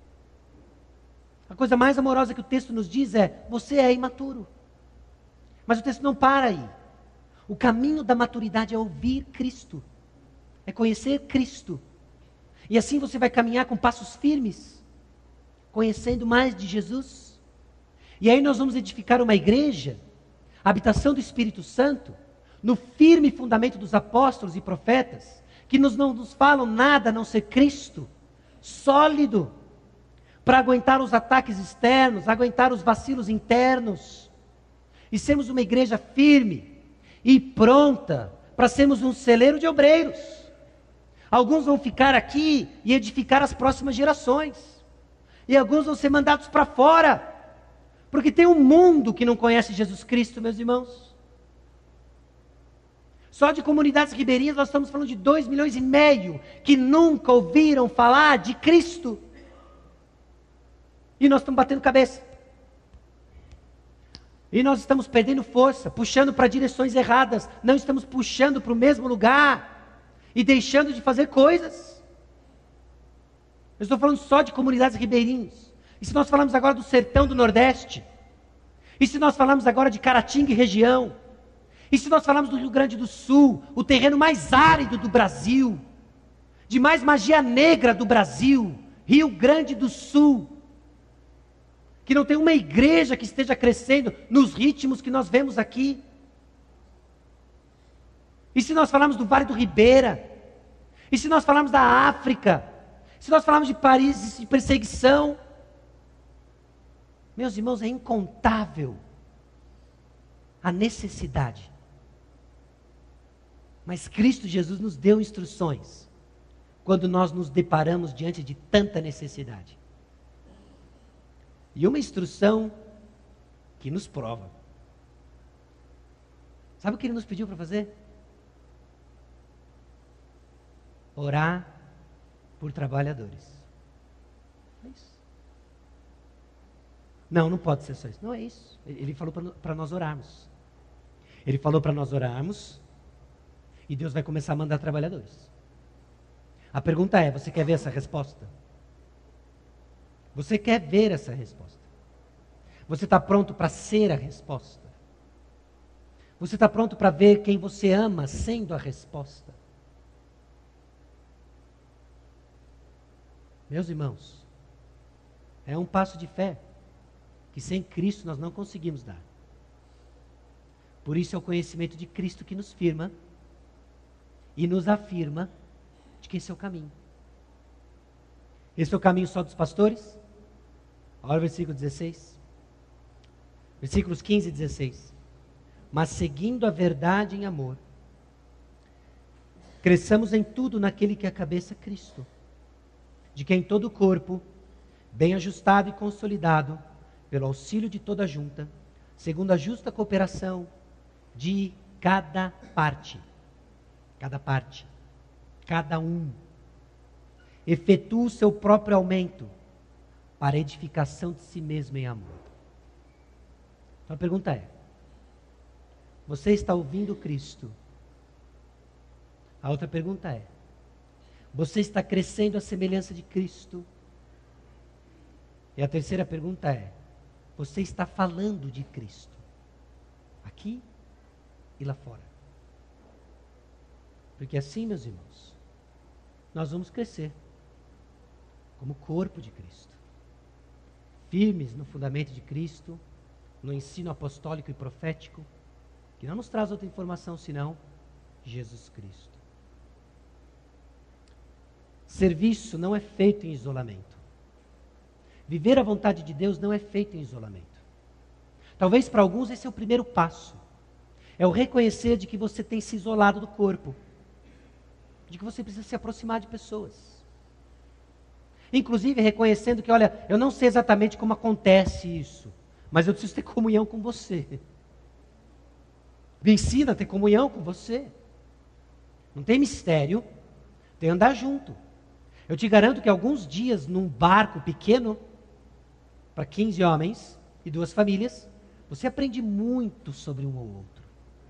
A coisa mais amorosa que o texto nos diz é, você é imaturo. Mas o texto não para aí. O caminho da maturidade é ouvir Cristo. É conhecer Cristo. E assim você vai caminhar com passos firmes, conhecendo mais de Jesus. E aí nós vamos edificar uma igreja, a habitação do Espírito Santo, no firme fundamento dos apóstolos e profetas, que nos, não nos falam nada a não ser Cristo, sólido, para aguentar os ataques externos, aguentar os vacilos internos, e sermos uma igreja firme e pronta para sermos um celeiro de obreiros. Alguns vão ficar aqui e edificar as próximas gerações, e alguns vão ser mandados para fora, porque tem um mundo que não conhece Jesus Cristo, meus irmãos. Só de comunidades ribeirinhas nós estamos falando de dois milhões e meio que nunca ouviram falar de Cristo. E nós estamos batendo cabeça. E nós estamos perdendo força, puxando para direções erradas. Não estamos puxando para o mesmo lugar e deixando de fazer coisas. Eu estou falando só de comunidades ribeirinhas, E se nós falarmos agora do sertão do Nordeste? E se nós falarmos agora de Caratinga e região? E se nós falarmos do Rio Grande do Sul, o terreno mais árido do Brasil, de mais magia negra do Brasil, Rio Grande do Sul, que não tem uma igreja que esteja crescendo nos ritmos que nós vemos aqui? E se nós falarmos do Vale do Ribeira? E se nós falarmos da África? Se nós falarmos de países de perseguição? Meus irmãos, é incontável a necessidade. Mas Cristo Jesus nos deu instruções quando nós nos deparamos diante de tanta necessidade. E uma instrução que nos prova. Sabe o que ele nos pediu para fazer? Orar por trabalhadores. É isso. Não, não pode ser só isso. Não é isso. Ele falou para nós orarmos. Ele falou para nós orarmos e Deus vai começar a mandar trabalhadores. A pergunta é, você quer ver essa resposta? Você quer ver essa resposta? Você está pronto para ser a resposta? Você está pronto para ver quem você ama sendo a resposta? Meus irmãos, é um passo de fé que sem Cristo nós não conseguimos dar. Por isso é o conhecimento de Cristo que nos firma e nos afirma de que esse é o caminho. Esse é o caminho só dos pastores? Olha o versículo dezesseis. Versículos quinze e dezesseis. Mas seguindo a verdade em amor, cresçamos em tudo naquele que é a cabeça, Cristo, de quem todo o corpo, bem ajustado e consolidado, pelo auxílio de toda a junta, segundo a justa cooperação de cada parte, cada parte, cada um, efetua o seu próprio aumento para a edificação de si mesmo em amor. Então a pergunta é, você está ouvindo Cristo? A outra pergunta é, você está crescendo à semelhança de Cristo? E a terceira pergunta é, você está falando de Cristo? Aqui e lá fora. Porque assim, meus irmãos, nós vamos crescer como corpo de Cristo. Firmes no fundamento de Cristo, no ensino apostólico e profético, que não nos traz outra informação senão Jesus Cristo. Serviço não é feito em isolamento. Viver a vontade de Deus não é feito em isolamento. Talvez para alguns esse é o primeiro passo. É o reconhecer de que você tem se isolado do corpo. De que você precisa se aproximar de pessoas. Inclusive reconhecendo que, olha, eu não sei exatamente como acontece isso, mas eu preciso ter comunhão com você. Me ensina a ter comunhão com você. Não tem mistério, tem andar junto. Eu te garanto que alguns dias num barco pequeno, para quinze homens e duas famílias, você aprende muito sobre um ou outro.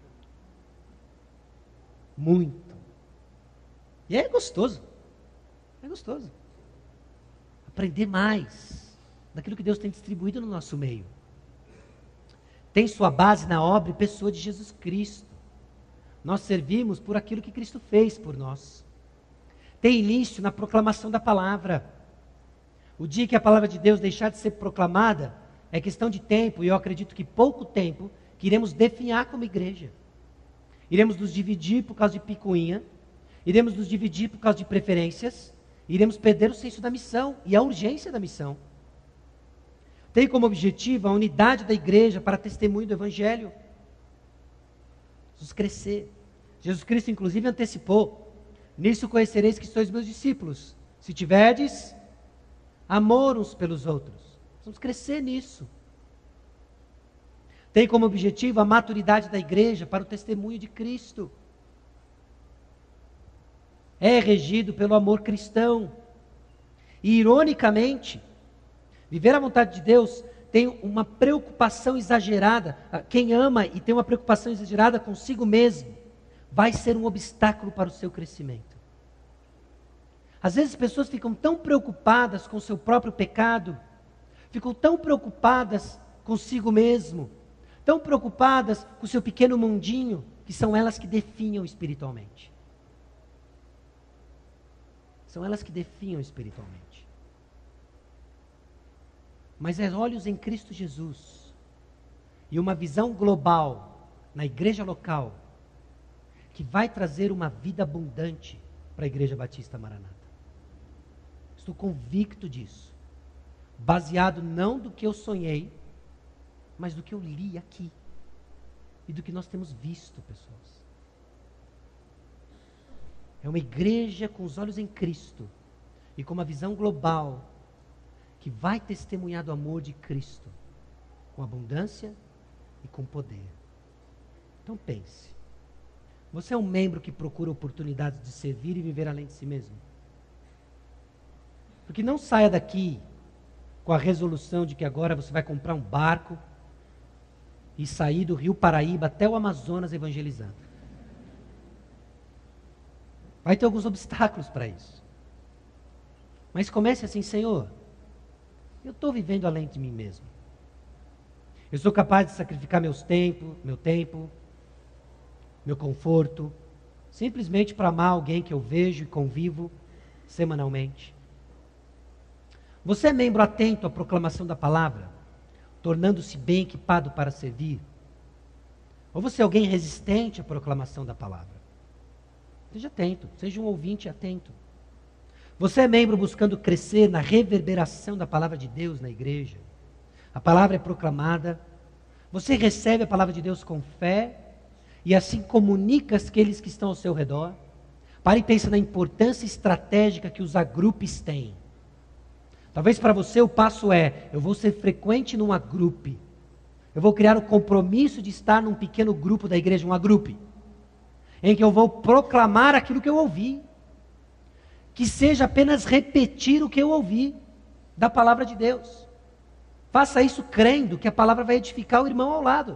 Muito. E é gostoso. É gostoso. Aprender mais daquilo que Deus tem distribuído no nosso meio. Tem sua base na obra e pessoa de Jesus Cristo. Nós servimos por aquilo que Cristo fez por nós. Tem início na proclamação da palavra. O dia que a palavra de Deus deixar de ser proclamada, é questão de tempo, e eu acredito que pouco tempo, que iremos definhar como igreja. Iremos nos dividir por causa de picuinha, iremos nos dividir por causa de preferências, iremos perder o senso da missão e a urgência da missão. Tem como objetivo a unidade da igreja para testemunho do Evangelho. Vamos crescer. Jesus Cristo, inclusive, antecipou: nisso conhecereis que sois meus discípulos, se tiverdes amor uns pelos outros. Vamos crescer nisso. Tem como objetivo a maturidade da igreja para o testemunho de Cristo. É regido pelo amor cristão. E, ironicamente, viver a vontade de Deus tem uma preocupação exagerada. Quem ama e tem uma preocupação exagerada consigo mesmo, vai ser um obstáculo para o seu crescimento. Às vezes as pessoas ficam tão preocupadas com o seu próprio pecado, ficam tão preocupadas consigo mesmo, tão preocupadas com o seu pequeno mundinho, que são elas que definham espiritualmente. São elas que definham espiritualmente. Mas é olhos em Cristo Jesus e uma visão global na igreja local que vai trazer uma vida abundante para a Igreja Batista Maranata. Estou convicto disso. Baseado não do que eu sonhei, mas do que eu li aqui. E do que nós temos visto, pessoas. É uma igreja com os olhos em Cristo e com uma visão global que vai testemunhar do amor de Cristo com abundância e com poder. Então pense. Você é um membro que procura oportunidades de servir e viver além de si mesmo? Porque não saia daqui com a resolução de que agora você vai comprar um barco e sair do Rio Paraíba até o Amazonas evangelizando. Vai ter alguns obstáculos para isso. Mas comece assim: Senhor, eu estou vivendo além de mim mesmo. Eu sou capaz de sacrificar meus tempo, meu tempo, meu conforto, simplesmente para amar alguém que eu vejo e convivo semanalmente. Você é membro atento à proclamação da palavra, tornando-se bem equipado para servir? Ou você é alguém resistente à proclamação da palavra? Seja atento, seja um ouvinte atento. Você é membro buscando crescer na reverberação da palavra de Deus na igreja? A palavra é proclamada, você recebe a palavra de Deus com fé e assim comunica àqueles que estão ao seu redor? Pare e pense na importância estratégica que os agrupes têm. Talvez para você o passo é: eu vou ser frequente num agrupe. Eu vou criar o compromisso de estar num pequeno grupo da igreja, um agrupe, em que eu vou proclamar aquilo que eu ouvi. Que seja apenas repetir o que eu ouvi da palavra de Deus. Faça isso crendo que a palavra vai edificar o irmão ao lado.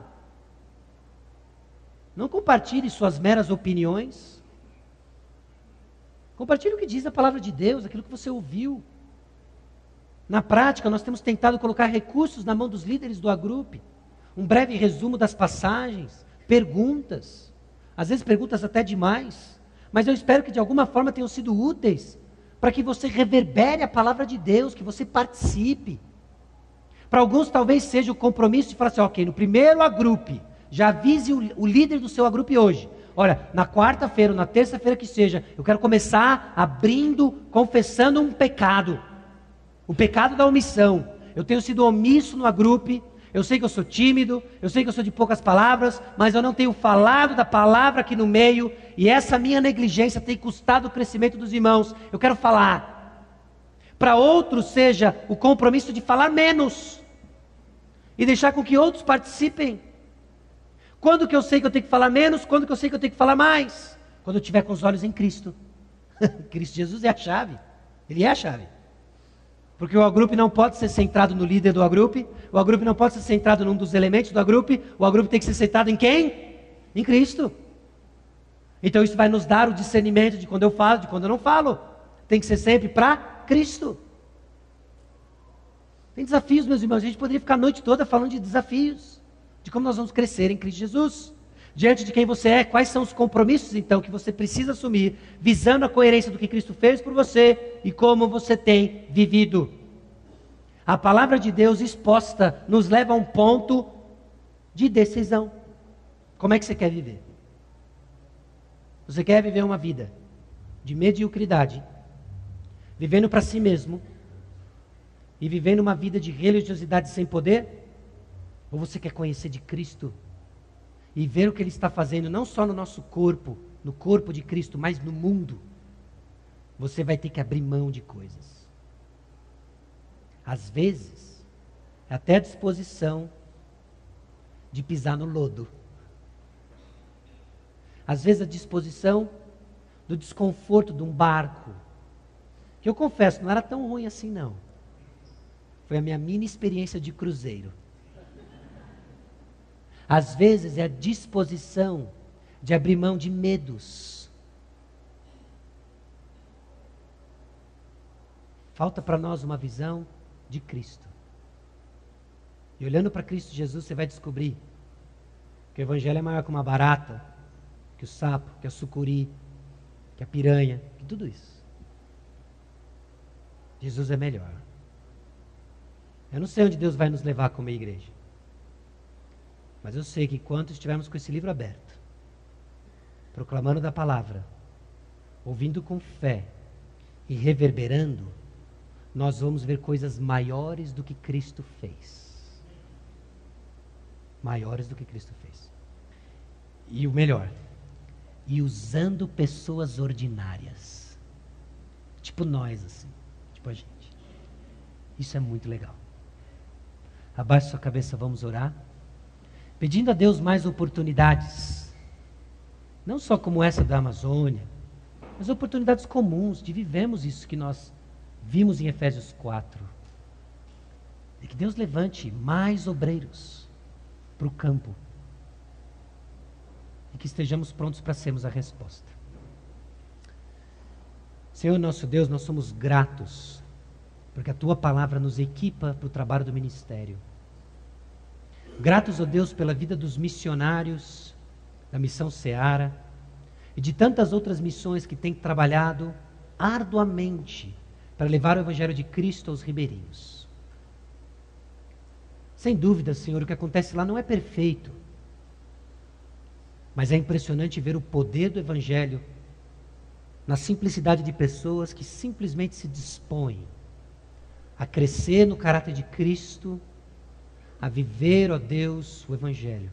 Não compartilhe suas meras opiniões. Compartilhe o que diz a palavra de Deus, aquilo que você ouviu. Na prática, nós temos tentado colocar recursos na mão dos líderes do agrupe. Um breve resumo das passagens, perguntas, às vezes perguntas até demais, mas eu espero que de alguma forma tenham sido úteis para que você reverbere a palavra de Deus, que você participe. Para alguns talvez seja o compromisso de falar assim: ok, no primeiro agrupe, já avise o, o líder do seu agrupe hoje. Olha, na quarta-feira ou na terça-feira que seja, eu quero começar abrindo, confessando um pecado. O pecado da omissão. Eu tenho sido omisso no agrupe, eu sei que eu sou tímido, eu sei que eu sou de poucas palavras, mas eu não tenho falado da palavra aqui no meio, e essa minha negligência tem custado o crescimento dos irmãos. Eu quero falar. Para outros seja o compromisso de falar menos, e deixar com que outros participem. Quando que eu sei que eu tenho que falar menos? Quando que eu sei que eu tenho que falar mais? Quando eu estiver com os olhos em Cristo. Cristo Jesus é a chave, Ele é a chave. Porque o agrupe não pode ser centrado no líder do agrupe, o agrupe não pode ser centrado num dos elementos do agrupe, o agrupe tem que ser centrado em quem? Em Cristo. Então isso vai nos dar o discernimento de quando eu falo, de quando eu não falo. Tem que ser sempre para Cristo. Tem desafios, meus irmãos, a gente poderia ficar a noite toda falando de desafios, de como nós vamos crescer em Cristo Jesus. Diante de quem você é, quais são os compromissos então que você precisa assumir, visando a coerência do que Cristo fez por você e como você tem vivido. A palavra de Deus exposta nos leva a um ponto de decisão. Como é que você quer viver? Você quer viver uma vida de mediocridade, vivendo para si mesmo e vivendo uma vida de religiosidade sem poder? Ou você quer conhecer de Cristo e ver o que Ele está fazendo, não só no nosso corpo, no corpo de Cristo, mas no mundo? Você vai ter que abrir mão de coisas. Às vezes, é até a disposição de pisar no lodo. Às vezes, a disposição do desconforto de um barco, que eu confesso, não era tão ruim assim não. Foi a minha mini experiência de cruzeiro. Às vezes é a disposição de abrir mão de medos. Falta para nós uma visão de Cristo. E olhando para Cristo Jesus, você vai descobrir que o Evangelho é maior que uma barata, que o sapo, que a sucuri, que a piranha, que tudo isso. Jesus é melhor. Eu não sei onde Deus vai nos levar como igreja. Mas eu sei que enquanto estivermos com esse livro aberto, proclamando da palavra, ouvindo com fé e reverberando, nós vamos ver coisas maiores do que Cristo fez. Maiores do que Cristo fez. E o melhor, e usando pessoas ordinárias. Tipo nós, assim. Tipo a gente. Isso é muito legal. Abaixe sua cabeça, vamos orar. Pedindo a Deus mais oportunidades. Não só como essa da Amazônia, mas oportunidades comuns de vivermos isso que nós vimos em Efésios quatro. E que Deus levante mais obreiros para o campo. E que estejamos prontos para sermos a resposta. Senhor nosso Deus, nós somos gratos, porque a Tua palavra nos equipa para o trabalho do ministério. Gratos, ó Deus, pela vida dos missionários, da missão Seara, e de tantas outras missões que têm trabalhado arduamente para levar o Evangelho de Cristo aos ribeirinhos. Sem dúvida, Senhor, o que acontece lá não é perfeito, mas é impressionante ver o poder do Evangelho na simplicidade de pessoas que simplesmente se dispõem a crescer no caráter de Cristo, a viver, ó Deus, o Evangelho.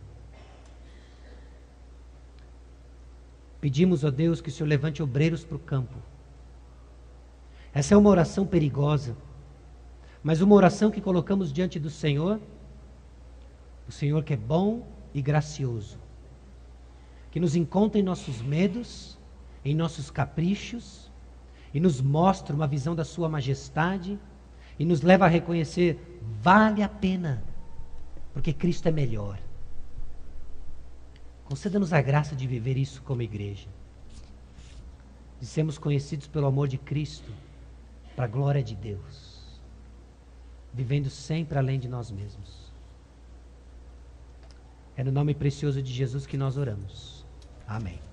Pedimos, ó Deus, que o Senhor levante obreiros para o campo. Essa é uma oração perigosa, mas uma oração que colocamos diante do Senhor, o Senhor que é bom e gracioso, que nos encontra em nossos medos, em nossos caprichos, e nos mostra uma visão da sua majestade, e nos leva a reconhecer, vale a pena, porque Cristo é melhor. Conceda-nos a graça de viver isso como igreja, de sermos conhecidos pelo amor de Cristo, para a glória de Deus, vivendo sempre além de nós mesmos. É no nome precioso de Jesus que nós oramos. Amém.